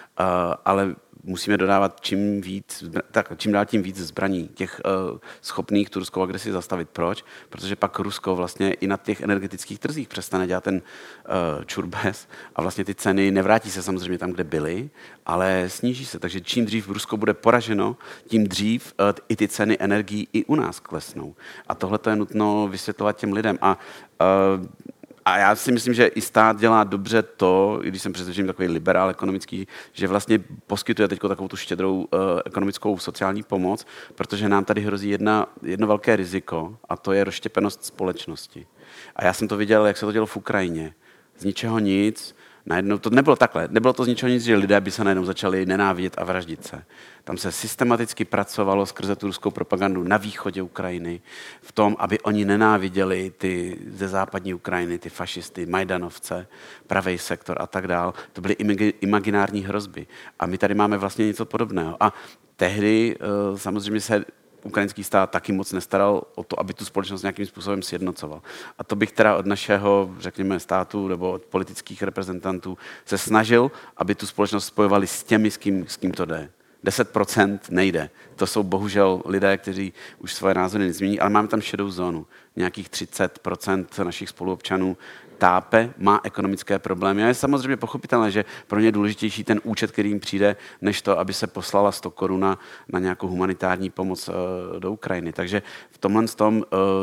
ale musíme dodávat čím víc, tak čím dál tím víc zbraní, těch uh, schopných tu ruskou agresi zastavit. Proč? Protože pak Rusko vlastně i na těch energetických trzích přestane dělat ten uh, čurbes a vlastně ty ceny nevrátí se samozřejmě tam, kde byly, ale sníží se. Takže čím dřív Rusko bude poraženo, tím dřív uh, i ty ceny energií i u nás klesnou. A tohle to je nutno vysvětlovat těm lidem. A uh, A já si myslím, že i stát dělá dobře to, i když jsem přesvědčený takový liberál ekonomický, že vlastně poskytuje teď takovou tu štědrou uh, ekonomickou sociální pomoc, protože nám tady hrozí jedna, jedno velké riziko a to je rozštěpenost společnosti. A já jsem to viděl, jak se to dělo v Ukrajině. Z ničeho nic, najednou, to nebylo takhle, nebylo to z ničeho nic, že lidé by se najednou začali nenávidět a vraždit se. Tam se systematicky pracovalo skrze tu ruskou propagandu na východě Ukrajiny v tom, aby oni nenáviděli ty ze západní Ukrajiny, ty fašisty, majdanovce, pravý sektor a tak dál. To byly imaginární hrozby. A my tady máme vlastně něco podobného. A tehdy uh, samozřejmě se ukrajinský stát taky moc nestaral o to, aby tu společnost nějakým způsobem sjednocoval. A to bych teda od našeho, řekněme, státu nebo od politických reprezentantů se snažil, aby tu společnost spojovali s těmi, s kým, s kým to jde. deset procent nejde. To jsou bohužel lidé, kteří už svoje názory nezmění, ale máme tam šedou zónu. Nějakých třicet procent našich spoluobčanů tápe, má ekonomické problémy. A je samozřejmě pochopitelné, že pro ně je důležitější ten účet, který jim přijde, než to, aby se poslala sto korun na nějakou humanitární pomoc do Ukrajiny. Takže v tomhle tom,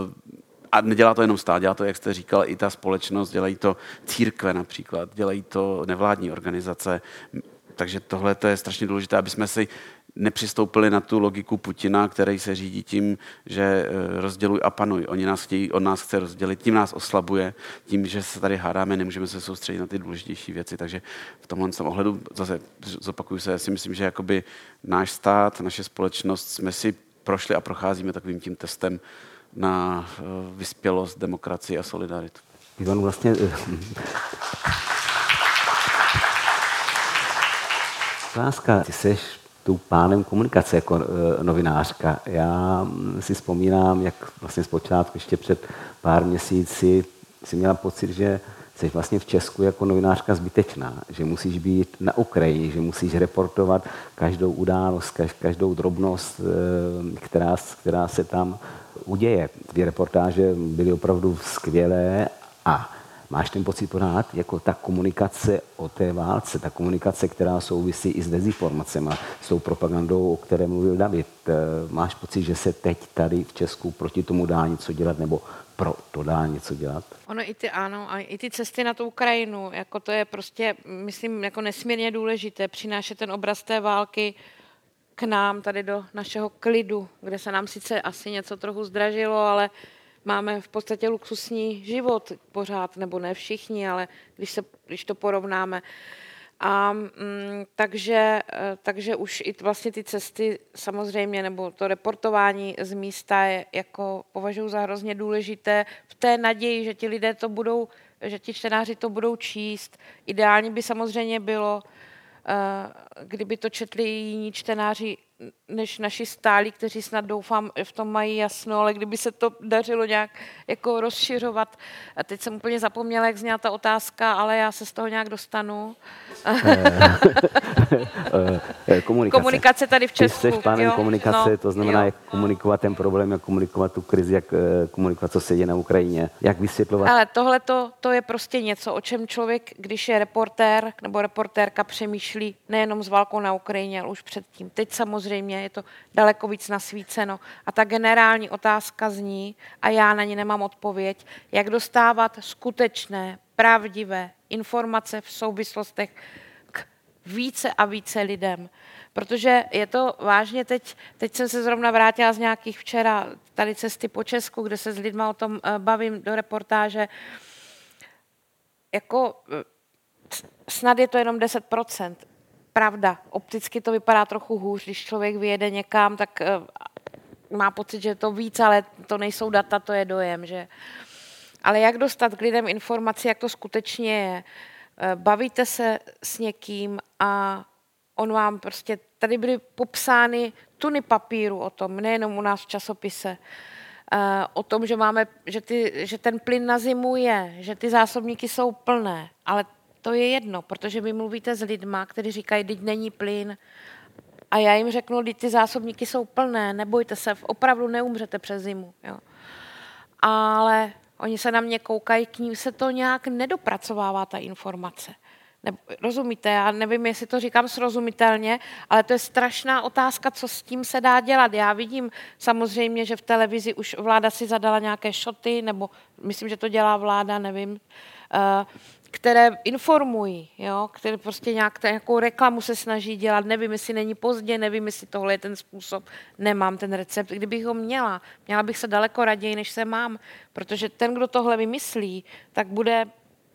a nedělá to jenom stát, dělá to, jak jste říkal, i ta společnost, dělají to církve například, dělají to nevládní organizace. Takže tohle je strašně důležité, aby jsme si nepřistoupili na tu logiku Putina, který se řídí tím, že rozděluj a panuj. Oni nás chtějí, on nás chce rozdělit, tím nás oslabuje, tím, že se tady hádáme, nemůžeme se soustředit na ty důležitější věci. Takže v tomhle ohledu, zase zopakuju se, já si myslím, že jakoby náš stát, naše společnost jsme si prošli a procházíme takovým tím testem na vyspělost, demokracii a solidaritu. Ivan, vlastně Láska, ty seš tou pánem komunikace jako e, novinářka. Já si vzpomínám, jak vlastně zpočátku ještě před pár měsíci si měla pocit, že jsi vlastně v Česku jako novinářka zbytečná, že musíš být na Ukrajině, že musíš reportovat každou událost, každou drobnost, e, která, která se tam uděje. Ty reportáže byly opravdu skvělé a máš ten pocit pořád, jako ta komunikace o té válce, ta komunikace, která souvisí i s dezinformacemi, s tou propagandou, o které mluvil David. Máš pocit, že se teď tady v Česku proti tomu dá něco dělat, nebo pro to dá něco dělat? Ono i ty, ano, a i ty cesty na tu Ukrajinu, jako to je prostě, myslím, jako nesmírně důležité, přinášet ten obraz té války k nám, tady do našeho klidu, kde se nám sice asi něco trochu zdražilo, ale máme v podstatě luxusní život pořád, nebo ne všichni, ale když, se, když to porovnáme. A mm, takže, takže už i vlastně ty cesty samozřejmě, nebo to reportování z místa je jako považuji za hrozně důležité v té naději, že ti lidé to budou, že ti čtenáři to budou číst. Ideální by samozřejmě bylo, kdyby to četli jiní čtenáři než naši stálí, kteří snad doufám v tom mají jasno, ale kdyby se to dařilo nějak jako rozšiřovat. A teď jsem úplně zapomněla, jak zněla ta otázka, ale já se z toho nějak dostanu. Komunikace. Komunikace tady v Česku. Ty jsi pánem jo? komunikace, no, to znamená, jo. jak komunikovat ten problém, jak komunikovat tu krizi, jak komunikovat, co se děje na Ukrajině, jak vysvětlovat. Ale tohle to je prostě něco, o čem člověk, když je reportér nebo reportérka, přemýšlí nejenom s válkou na Ukrajině, ale už předtím. Teď samozřejmě je to daleko víc nasvíceno. A ta generální otázka zní, a já na ní nemám odpověď, jak dostávat skutečné, pravdivé informace v souvislostech k více a více lidem. Protože je to vážně teď, teď jsem se zrovna vrátila z nějakých včera tady cesty po Česku, kde se s lidma o tom bavím do reportáže. Jako snad je to jenom deset procent. Pravda, opticky to vypadá trochu hůř, když člověk vyjede někam, tak uh, má pocit, že je to víc, ale to nejsou data, to je dojem, že. Ale jak dostat k lidem informaci, jak to skutečně je? Bavíte se s někým a On vám prostě, tady byly popsány tuny papíru o tom, nejenom u nás v časopise, uh, o tom, že, máme, že, ty, že ten plyn na zimu je, že ty zásobníky jsou plné, ale to je jedno, protože vy mluvíte s lidma, kteří říkají, teď není plyn, a já jim řeknu, teď ty zásobníky jsou plné, nebojte se, opravdu neumřete přes zimu. Jo. Ale oni se na mě koukají, k ním se to nějak nedopracovává, ta informace. Ne, rozumíte, já nevím, jestli to říkám srozumitelně, ale to je strašná otázka, co s tím se dá dělat. Já vidím samozřejmě, že v televizi už vláda si zadala nějaké šoty, nebo myslím, že to dělá vláda, nevím, uh, které informují, jo, které prostě nějak, nějakou reklamu se snaží dělat, nevím, jestli není pozdě, nevím, jestli tohle je ten způsob, nemám ten recept. Kdybych ho měla, měla bych se daleko raději, než se mám, protože ten, kdo tohle vymyslí, tak bude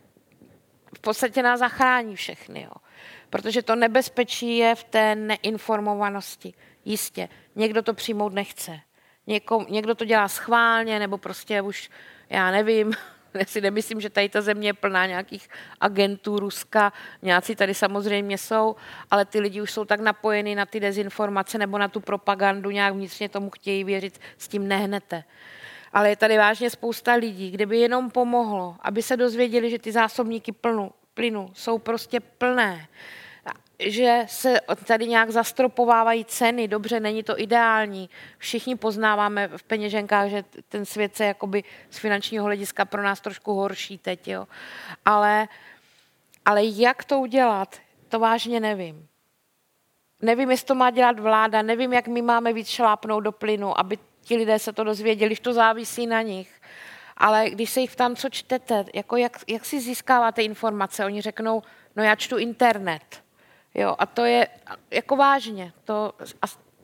v podstatě nás zachrání všechny, jo. Protože to nebezpečí je v té neinformovanosti. Jistě, někdo to přijmout nechce. Něko, někdo to dělá schválně, nebo prostě už, já nevím, já si nemyslím, že tady ta země je plná nějakých agentů Ruska, nějací tady samozřejmě jsou, ale ty lidi už jsou tak napojení na ty dezinformace nebo na tu propagandu, nějak vnitřně tomu chtějí věřit, s tím nehnete. Ale je tady vážně spousta lidí, kde by jenom pomohlo, aby se dozvěděli, že ty zásobníky plnu, plynu jsou prostě plné, že se tady nějak zastropovávají ceny, dobře, není to ideální. Všichni poznáváme v peněženkách, že ten svět se jakoby z finančního hlediska pro nás trošku horší teď, jo. Ale, ale jak to udělat, to vážně nevím. Nevím, jestli to má dělat vláda, nevím, jak my máme víc šlápnout do plynu, aby ti lidé se to dozvěděli, že to závisí na nich. Ale když se jich tam co čtete, jako jak, jak si získáváte informace, oni řeknou, no já čtu internet. Jo, a to je jako vážně. To, a,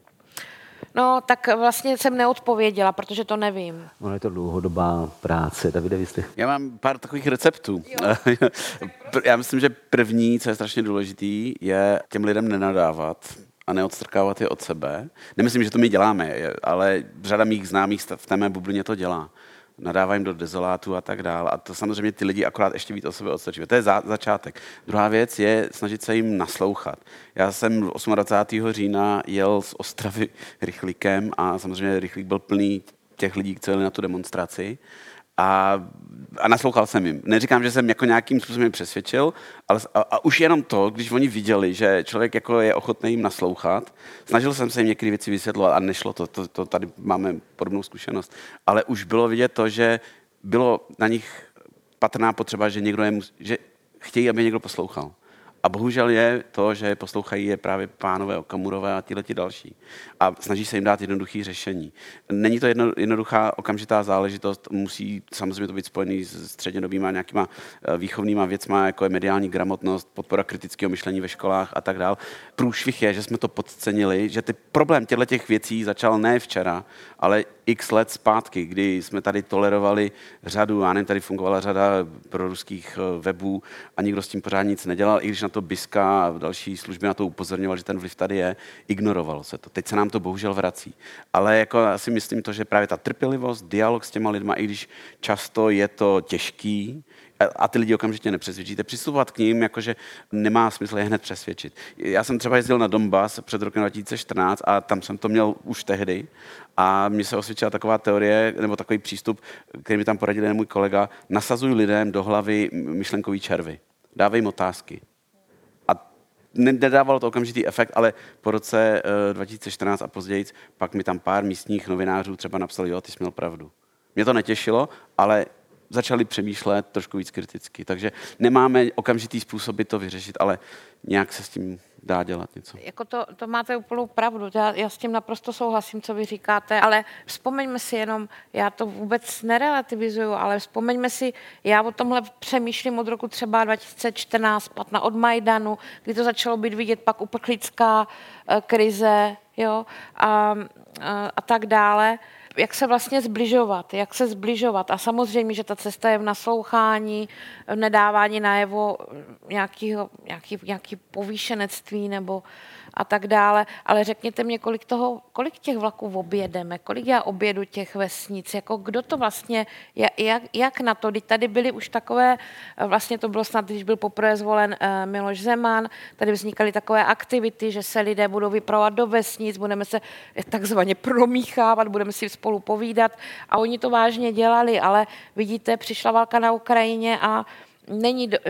no, tak vlastně jsem neodpověděla, protože to nevím. Ono je to dlouhodobá práce. Davide, vy jste... Já mám pár takových receptů. Já myslím, že první, co je strašně důležitý, je těm lidem nenadávat a neodstrkávat je od sebe. Nemyslím, že to my děláme, ale řada mých známých v té mé bublině to dělá. Nadávají do dezolátu a tak dále. A to samozřejmě ty lidi akorát ještě víc o sebe odstrčují. To je za, začátek. Druhá věc je snažit se jim naslouchat. Já jsem dvacátého osmého října jel z Ostravy rychlíkem a samozřejmě rychlík byl plný těch lidí, co jeli na tu demonstraci. A, a naslouchal jsem jim. Neříkám, že jsem jako nějakým způsobem přesvědčil, ale a, a už jenom to, když oni viděli, že člověk jako je ochotný jim naslouchat, snažil jsem se jim některé věci vysvětlovat a nešlo to, to, to tady máme podobnou zkušenost, ale už bylo vidět to, že bylo na nich patrná potřeba, že někdo je, že chtějí, aby někdo poslouchal. A bohužel je to, že poslouchají je právě pánové Okamurové a tihleti další. A snaží se jim dát jednoduché řešení. Není to jedno, jednoduchá okamžitá záležitost, musí samozřejmě to být spojený s střednědobýma nějakýma výchovnýma věcma, jako je mediální gramotnost, podpora kritického myšlení ve školách a tak dál. Průšvih je, že jsme to podcenili, že ty problém těchto věcí začal ne včera, ale x let zpátky, kdy jsme tady tolerovali řadu, já nevím, tady fungovala řada proruských webů a nikdo s tím pořád nic nedělal, i když na to Biska a další služby na to upozorňoval, že ten vliv tady je, ignorovalo se to. Teď se nám to bohužel vrací. Ale jako já si myslím to, že právě ta trpělivost, dialog s těma lidma, i když často je to těžký, a ty lidi okamžitě nepřesvědčíte, přistupovat k ním, jakože nemá smysl je hned přesvědčit. Já jsem třeba jezdil na Donbas před rokem dva tisíce čtrnáct a tam jsem to měl už tehdy a mně se osvědčila taková teorie, nebo takový přístup, který mi tam poradil jen můj kolega, nasazuj lidem do hlavy myšlenkový červy. Dávej jim otázky. A nedávalo to okamžitý efekt, ale po roce dva tisíce čtrnáct a později pak mi tam pár místních novinářů třeba napsali, jo, ty jsi měl pravdu. Mě to netěšilo, ale začali přemýšlet trošku víc kriticky. Takže nemáme okamžitý způsoby to vyřešit, ale nějak se s tím dá dělat něco. Jako to, to máte úplnou pravdu. Já, já s tím naprosto souhlasím, co vy říkáte, ale vzpomeňme si jenom, já to vůbec nerelativizuju, ale vzpomeňme si, já o tomhle přemýšlím od roku třeba dva tisíce čtrnáct, patna od Majdanu, kdy to začalo být vidět, pak uprchlická uh, krize, jo, a, uh, a tak dále. Jak se vlastně zbližovat, jak se zbližovat. A samozřejmě, že ta cesta je v naslouchání, v nedávání najevo nějakého, nějaký, nějaký povýšenectví, školství nebo a tak dále, ale řekněte mě, kolik toho, kolik těch vlaků objedeme, kolik já objedu těch vesnic, jako kdo to vlastně, jak, jak na to, teď tady byly už takové, vlastně to bylo snad, když byl poprvé zvolen Miloš Zeman, tady vznikaly takové aktivity, že se lidé budou vypravovat do vesnic, budeme se takzvaně promíchávat, budeme si spolu povídat a oni to vážně dělali, ale vidíte, přišla válka na Ukrajině a není... Do,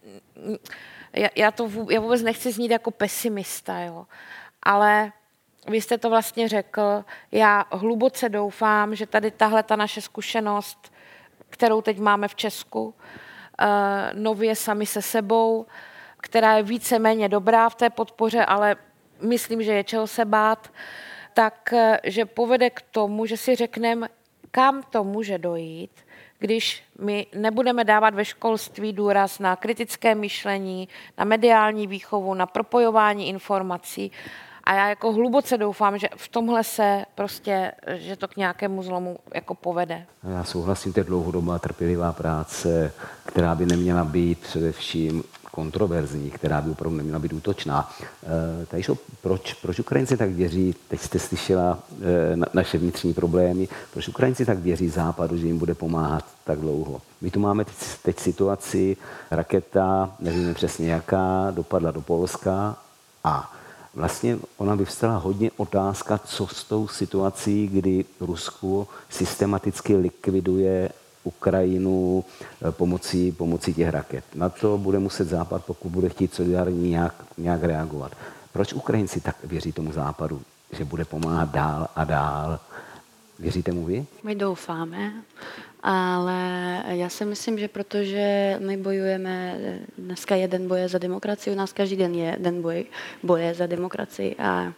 Já, já, to vůbec, já vůbec nechci znít jako pesimista, jo. Ale vy jste to vlastně řekl, já hluboce doufám, že tady tahle ta naše zkušenost, kterou teď máme v Česku, uh, nově sami se sebou, která je víceméně dobrá v té podpoře, ale myslím, že je čeho se bát, tak, že povede k tomu, že si řekneme, kam to může dojít, když my nebudeme dávat ve školství důraz na kritické myšlení, na mediální výchovu, na propojování informací. A já jako hluboce doufám, že v tomhle se prostě, že to k nějakému zlomu jako povede. Já souhlasím, to je dlouhodobá trpělivá práce, která by neměla být především kontroverzní, která by opravdu neměla být útočná. E, takže proč, proč Ukrajinci tak věří, teď jste slyšela e, na, naše vnitřní problémy, proč Ukrajinci tak věří Západu, že jim bude pomáhat tak dlouho? My tu máme teď, teď situaci, raketa, nevíme přesně jaká, dopadla do Polska a vlastně ona vyvstala hodně otázka, co s tou situací, kdy Rusko systematicky likviduje Ukrajinu pomocí, pomocí těch raket. Na to bude muset Západ, pokud bude chtít solidárně nějak, nějak reagovat. Proč Ukrajinci tak věří tomu Západu, že bude pomáhat dál a dál? Věříte mu vy? My doufáme, ale já si myslím, že protože my bojujeme, dneska je den boje za demokracii, u nás každý den je den boje, boje za demokracii a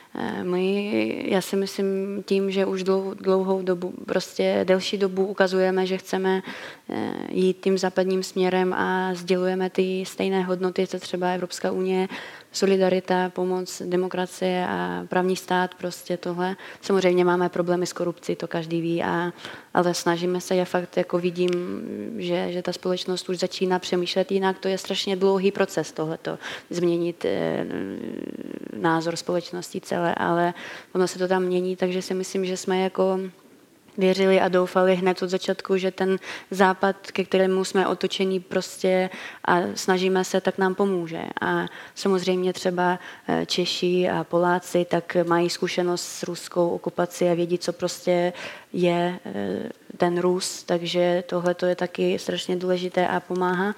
my, já si myslím tím, že už dlouhou, dlouhou dobu, prostě delší dobu ukazujeme, že chceme jít tím západním směrem a sdělujeme ty stejné hodnoty, co třeba Evropská unie, solidarita, pomoc, demokracie a právní stát, prostě tohle. Samozřejmě máme problémy s korupcí, to každý ví, a, ale snažíme se, já fakt jako vidím, že, že ta společnost už začíná přemýšlet jinak, to je strašně dlouhý proces tohleto, změnit e, názor společnosti celé, ale ono se to tam mění, takže si myslím, že jsme jako věřili a doufali hned od začátku, že ten Západ, ke kterému jsme otočení prostě a snažíme se, tak nám pomůže. A samozřejmě třeba Češi a Poláci tak mají zkušenost s ruskou okupací a vědí, co prostě je ten Rus, takže tohle to je taky strašně důležité a pomáhá.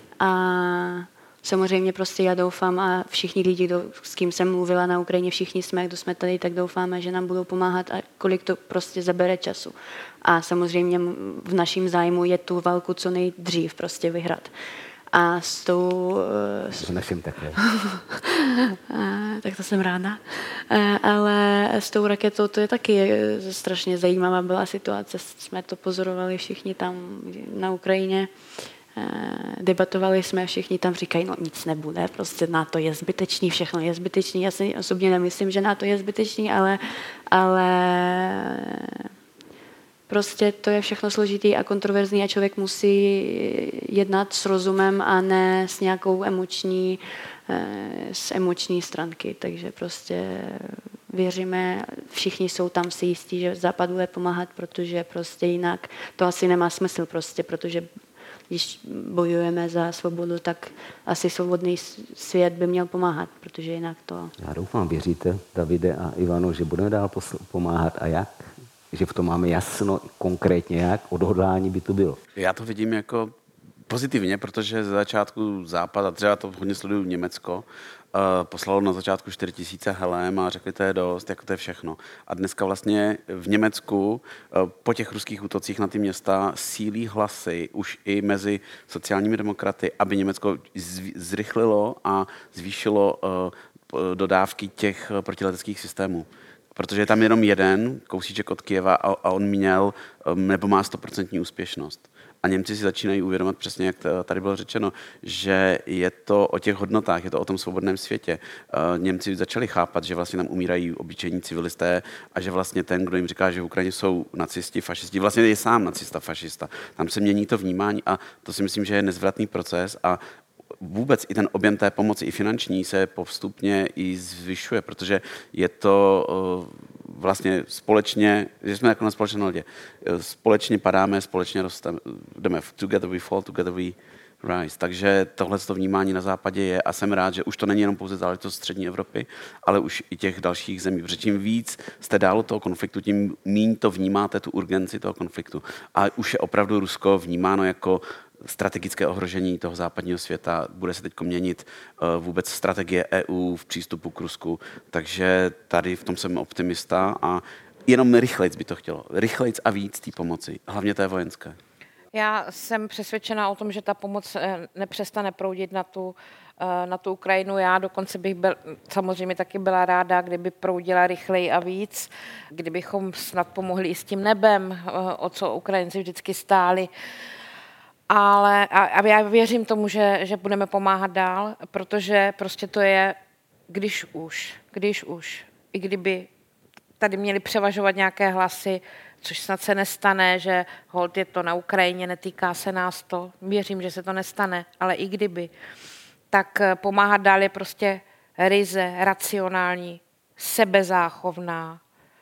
A samozřejmě prostě já doufám a všichni lidi, kdo, s kým jsem mluvila na Ukrajině, všichni jsme, kdo jsme tady, tak doufáme, že nám budou pomáhat a kolik to prostě zabere času. A samozřejmě v našem zájmu je tu válku co nejdřív prostě vyhrát. A s tou... S naším také. Tak to jsem ráda. Ale s tou raketou to je taky strašně zajímavá byla situace. Jsme to pozorovali všichni tam na Ukrajině. Debatovali jsme, všichni tam říkají, no nic nebude, prostě NATO je zbytečný, všechno je zbytečný. Já si osobně nemyslím, že NATO je zbytečný, ale, ale prostě to je všechno složitý a kontroverzní a člověk musí jednat s rozumem a ne s nějakou emoční, s emoční stránky. Takže prostě věříme, všichni jsou tam si jistí, že Západ bude pomáhat, protože prostě jinak to asi nemá smysl prostě, protože když bojujeme za svobodu, tak asi svobodný svět by měl pomáhat, protože jinak to... Já doufám, věříte, Davide a Ivano, že budeme dál pomáhat a jak? Že v tom máme jasno, konkrétně jak, odhodlání by to bylo. Já to vidím jako pozitivně, protože ze začátku Západ, a třeba to hodně sleduju Německo, uh, poslalo na začátku čtyři tisíce helem a řekli, to je dost, jako to je všechno. A dneska vlastně v Německu uh, po těch ruských útocích na ty města sílí hlasy už i mezi sociálními demokraty, aby Německo zrychlilo a zvýšilo uh, dodávky těch protileteckých systémů. Protože je tam jenom jeden kousíček od Kyjeva a, a on měl, nebo má stoprocentní úspěšnost. A Němci si začínají uvědomovat přesně, jak tady bylo řečeno, že je to o těch hodnotách, je to o tom svobodném světě. Němci začali chápat, že vlastně tam umírají obyčejní civilisté a že vlastně ten, kdo jim říká, že v Ukrajině jsou nacisti, fašisti, vlastně je sám nacista, fašista. Tam se mění to vnímání a to si myslím, že je nezvratný proces a vůbec i ten objem té pomoci, i finanční, se postupně i zvyšuje, protože je to vlastně společně, že jsme jako na společné lodě. Společně padáme, společně rosteme, jdeme together we fall, together we rise. Takže tohle to vnímání na západě je a jsem rád, že už to není jenom pouze záležitost střední Evropy, ale už i těch dalších zemí. Protože čím víc jste dál od toho konfliktu, tím míň to vnímáte, tu urgenci toho konfliktu. A už je opravdu Rusko vnímáno jako strategické ohrožení toho západního světa. Bude se teď měnit uh, vůbec strategie E U v přístupu k Rusku. Takže tady v tom jsem optimista a jenom rychlejc by to chtělo. Rychlejc a víc té pomoci, hlavně té vojenské. Já jsem přesvědčená o tom, že ta pomoc nepřestane proudit na tu, na tu Ukrajinu. Já dokonce bych byl, samozřejmě taky byla ráda, kdyby proudila rychleji a víc, kdybychom snad pomohli i s tím nebem, o co Ukrajinci vždycky stáli. Ale a já věřím tomu, že, že budeme pomáhat dál, protože prostě to je, když už, když už, i kdyby tady měli převažovat nějaké hlasy, což snad se nestane, že holt je to na Ukrajině, netýká se nás to, věřím, že se to nestane, ale i kdyby, tak pomáhat dál je prostě ryze, racionální, sebezáchovná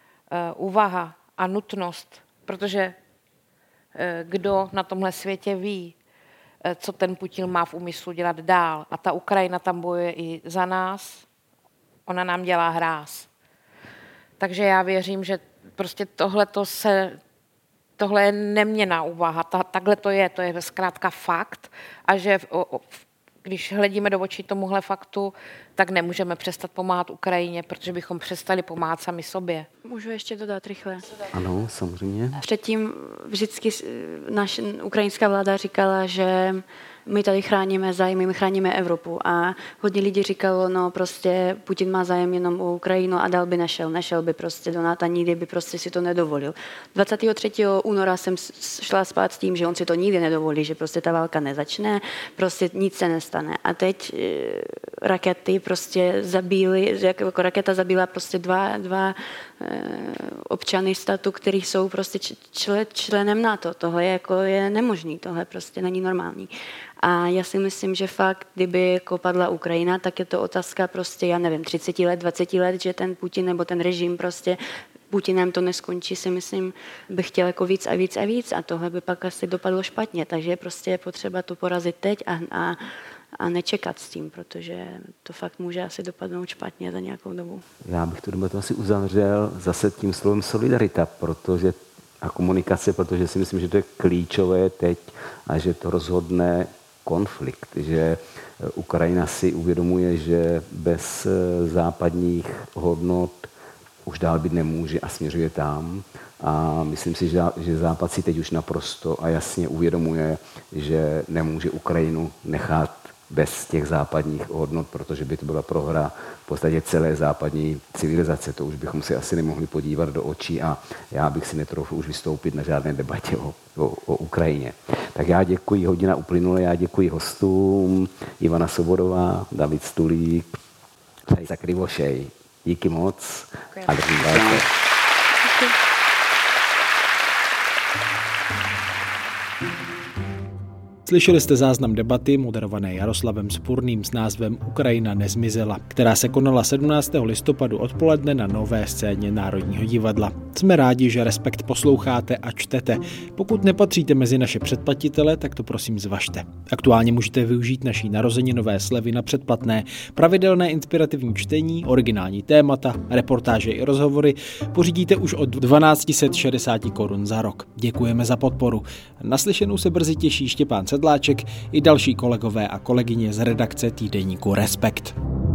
uh, úvaha a nutnost, protože uh, kdo na tomhle světě ví, uh, co ten Putin má v úmyslu dělat dál. A ta Ukrajina tam bojuje i za nás, ona nám dělá hráz. Takže já věřím, že prostě tohle to se, tohle je neměnná úvaha, ta, takhle to je, to je zkrátka fakt a že v, o, když hledíme do očí tomuhle faktu, tak nemůžeme přestat pomáhat Ukrajině, protože bychom přestali pomáhat sami sobě. Můžu ještě dodat rychle? Ano, samozřejmě. Předtím vždycky naše ukrajinská vláda říkala, že my tady chráníme zájmy, my chráníme Evropu a hodně lidí říkalo, no prostě Putin má zájem jenom o Ukrajinu a dál by nešel, nešel by prostě do NATO, nikdy by prostě si to nedovolil. dvacátého třetího února jsem šla spát s tím, že on si to nikdy nedovolí, že prostě ta válka nezačne, prostě nic se nestane. A teď e, rakety prostě zabíly, jako raketa zabila prostě dva, dva e, občany státu, kteří jsou prostě člen, členem NATO. Tohle je, jako, je nemožný, tohle prostě není normální. A já si myslím, že fakt, kdyby jako padla Ukrajina, tak je to otázka prostě, já nevím, třicet let, dvacet let, že ten Putin nebo ten režim prostě Putinem to neskončí, si myslím, by chtěl jako víc a víc a víc a tohle by pak asi dopadlo špatně, takže prostě je potřeba to porazit teď a, a, a nečekat s tím, protože to fakt může asi dopadnout špatně za nějakou dobu. Já bych tu debatu asi uzavřel zase tím slovem solidarita, protože a komunikace, protože si myslím, že to je klíčové teď a že to rozhodne konflikt, že Ukrajina si uvědomuje, že bez západních hodnot už dál být nemůže a směřuje tam. A myslím si, že Západ si teď už naprosto a jasně uvědomuje, že nemůže Ukrajinu nechat bez těch západních hodnot, protože by to byla prohra v podstatě celé západní civilizace. To už bychom si asi nemohli podívat do očí a já bych si netroufl už vystoupit na žádné debatě o, o, o Ukrajině. Tak já děkuji, hodina uplynula, já děkuji hostům, Ivana Sobodová, David Stulík, Tereza Krivošej. Díky moc a držím vás. Slyšeli jste záznam debaty moderované Jaroslavem Spurným s názvem Ukrajina nezmizela, která se konala sedmnáctého listopadu odpoledne na Nové scéně Národního divadla. Jsme rádi, že Respekt posloucháte a čtete. Pokud nepatříte mezi naše předplatitele, tak to prosím zvažte. Aktuálně můžete využít naší narozeninové slevy na předplatné, pravidelné inspirativní čtení, originální témata, reportáže i rozhovory. Pořídíte už od dvanáct set šedesát korun za rok. Děkujeme za podporu. Naslyšenou se brzy těší Štěpán Sedláček i další kolegové a kolegyně z redakce týdeníku Respekt.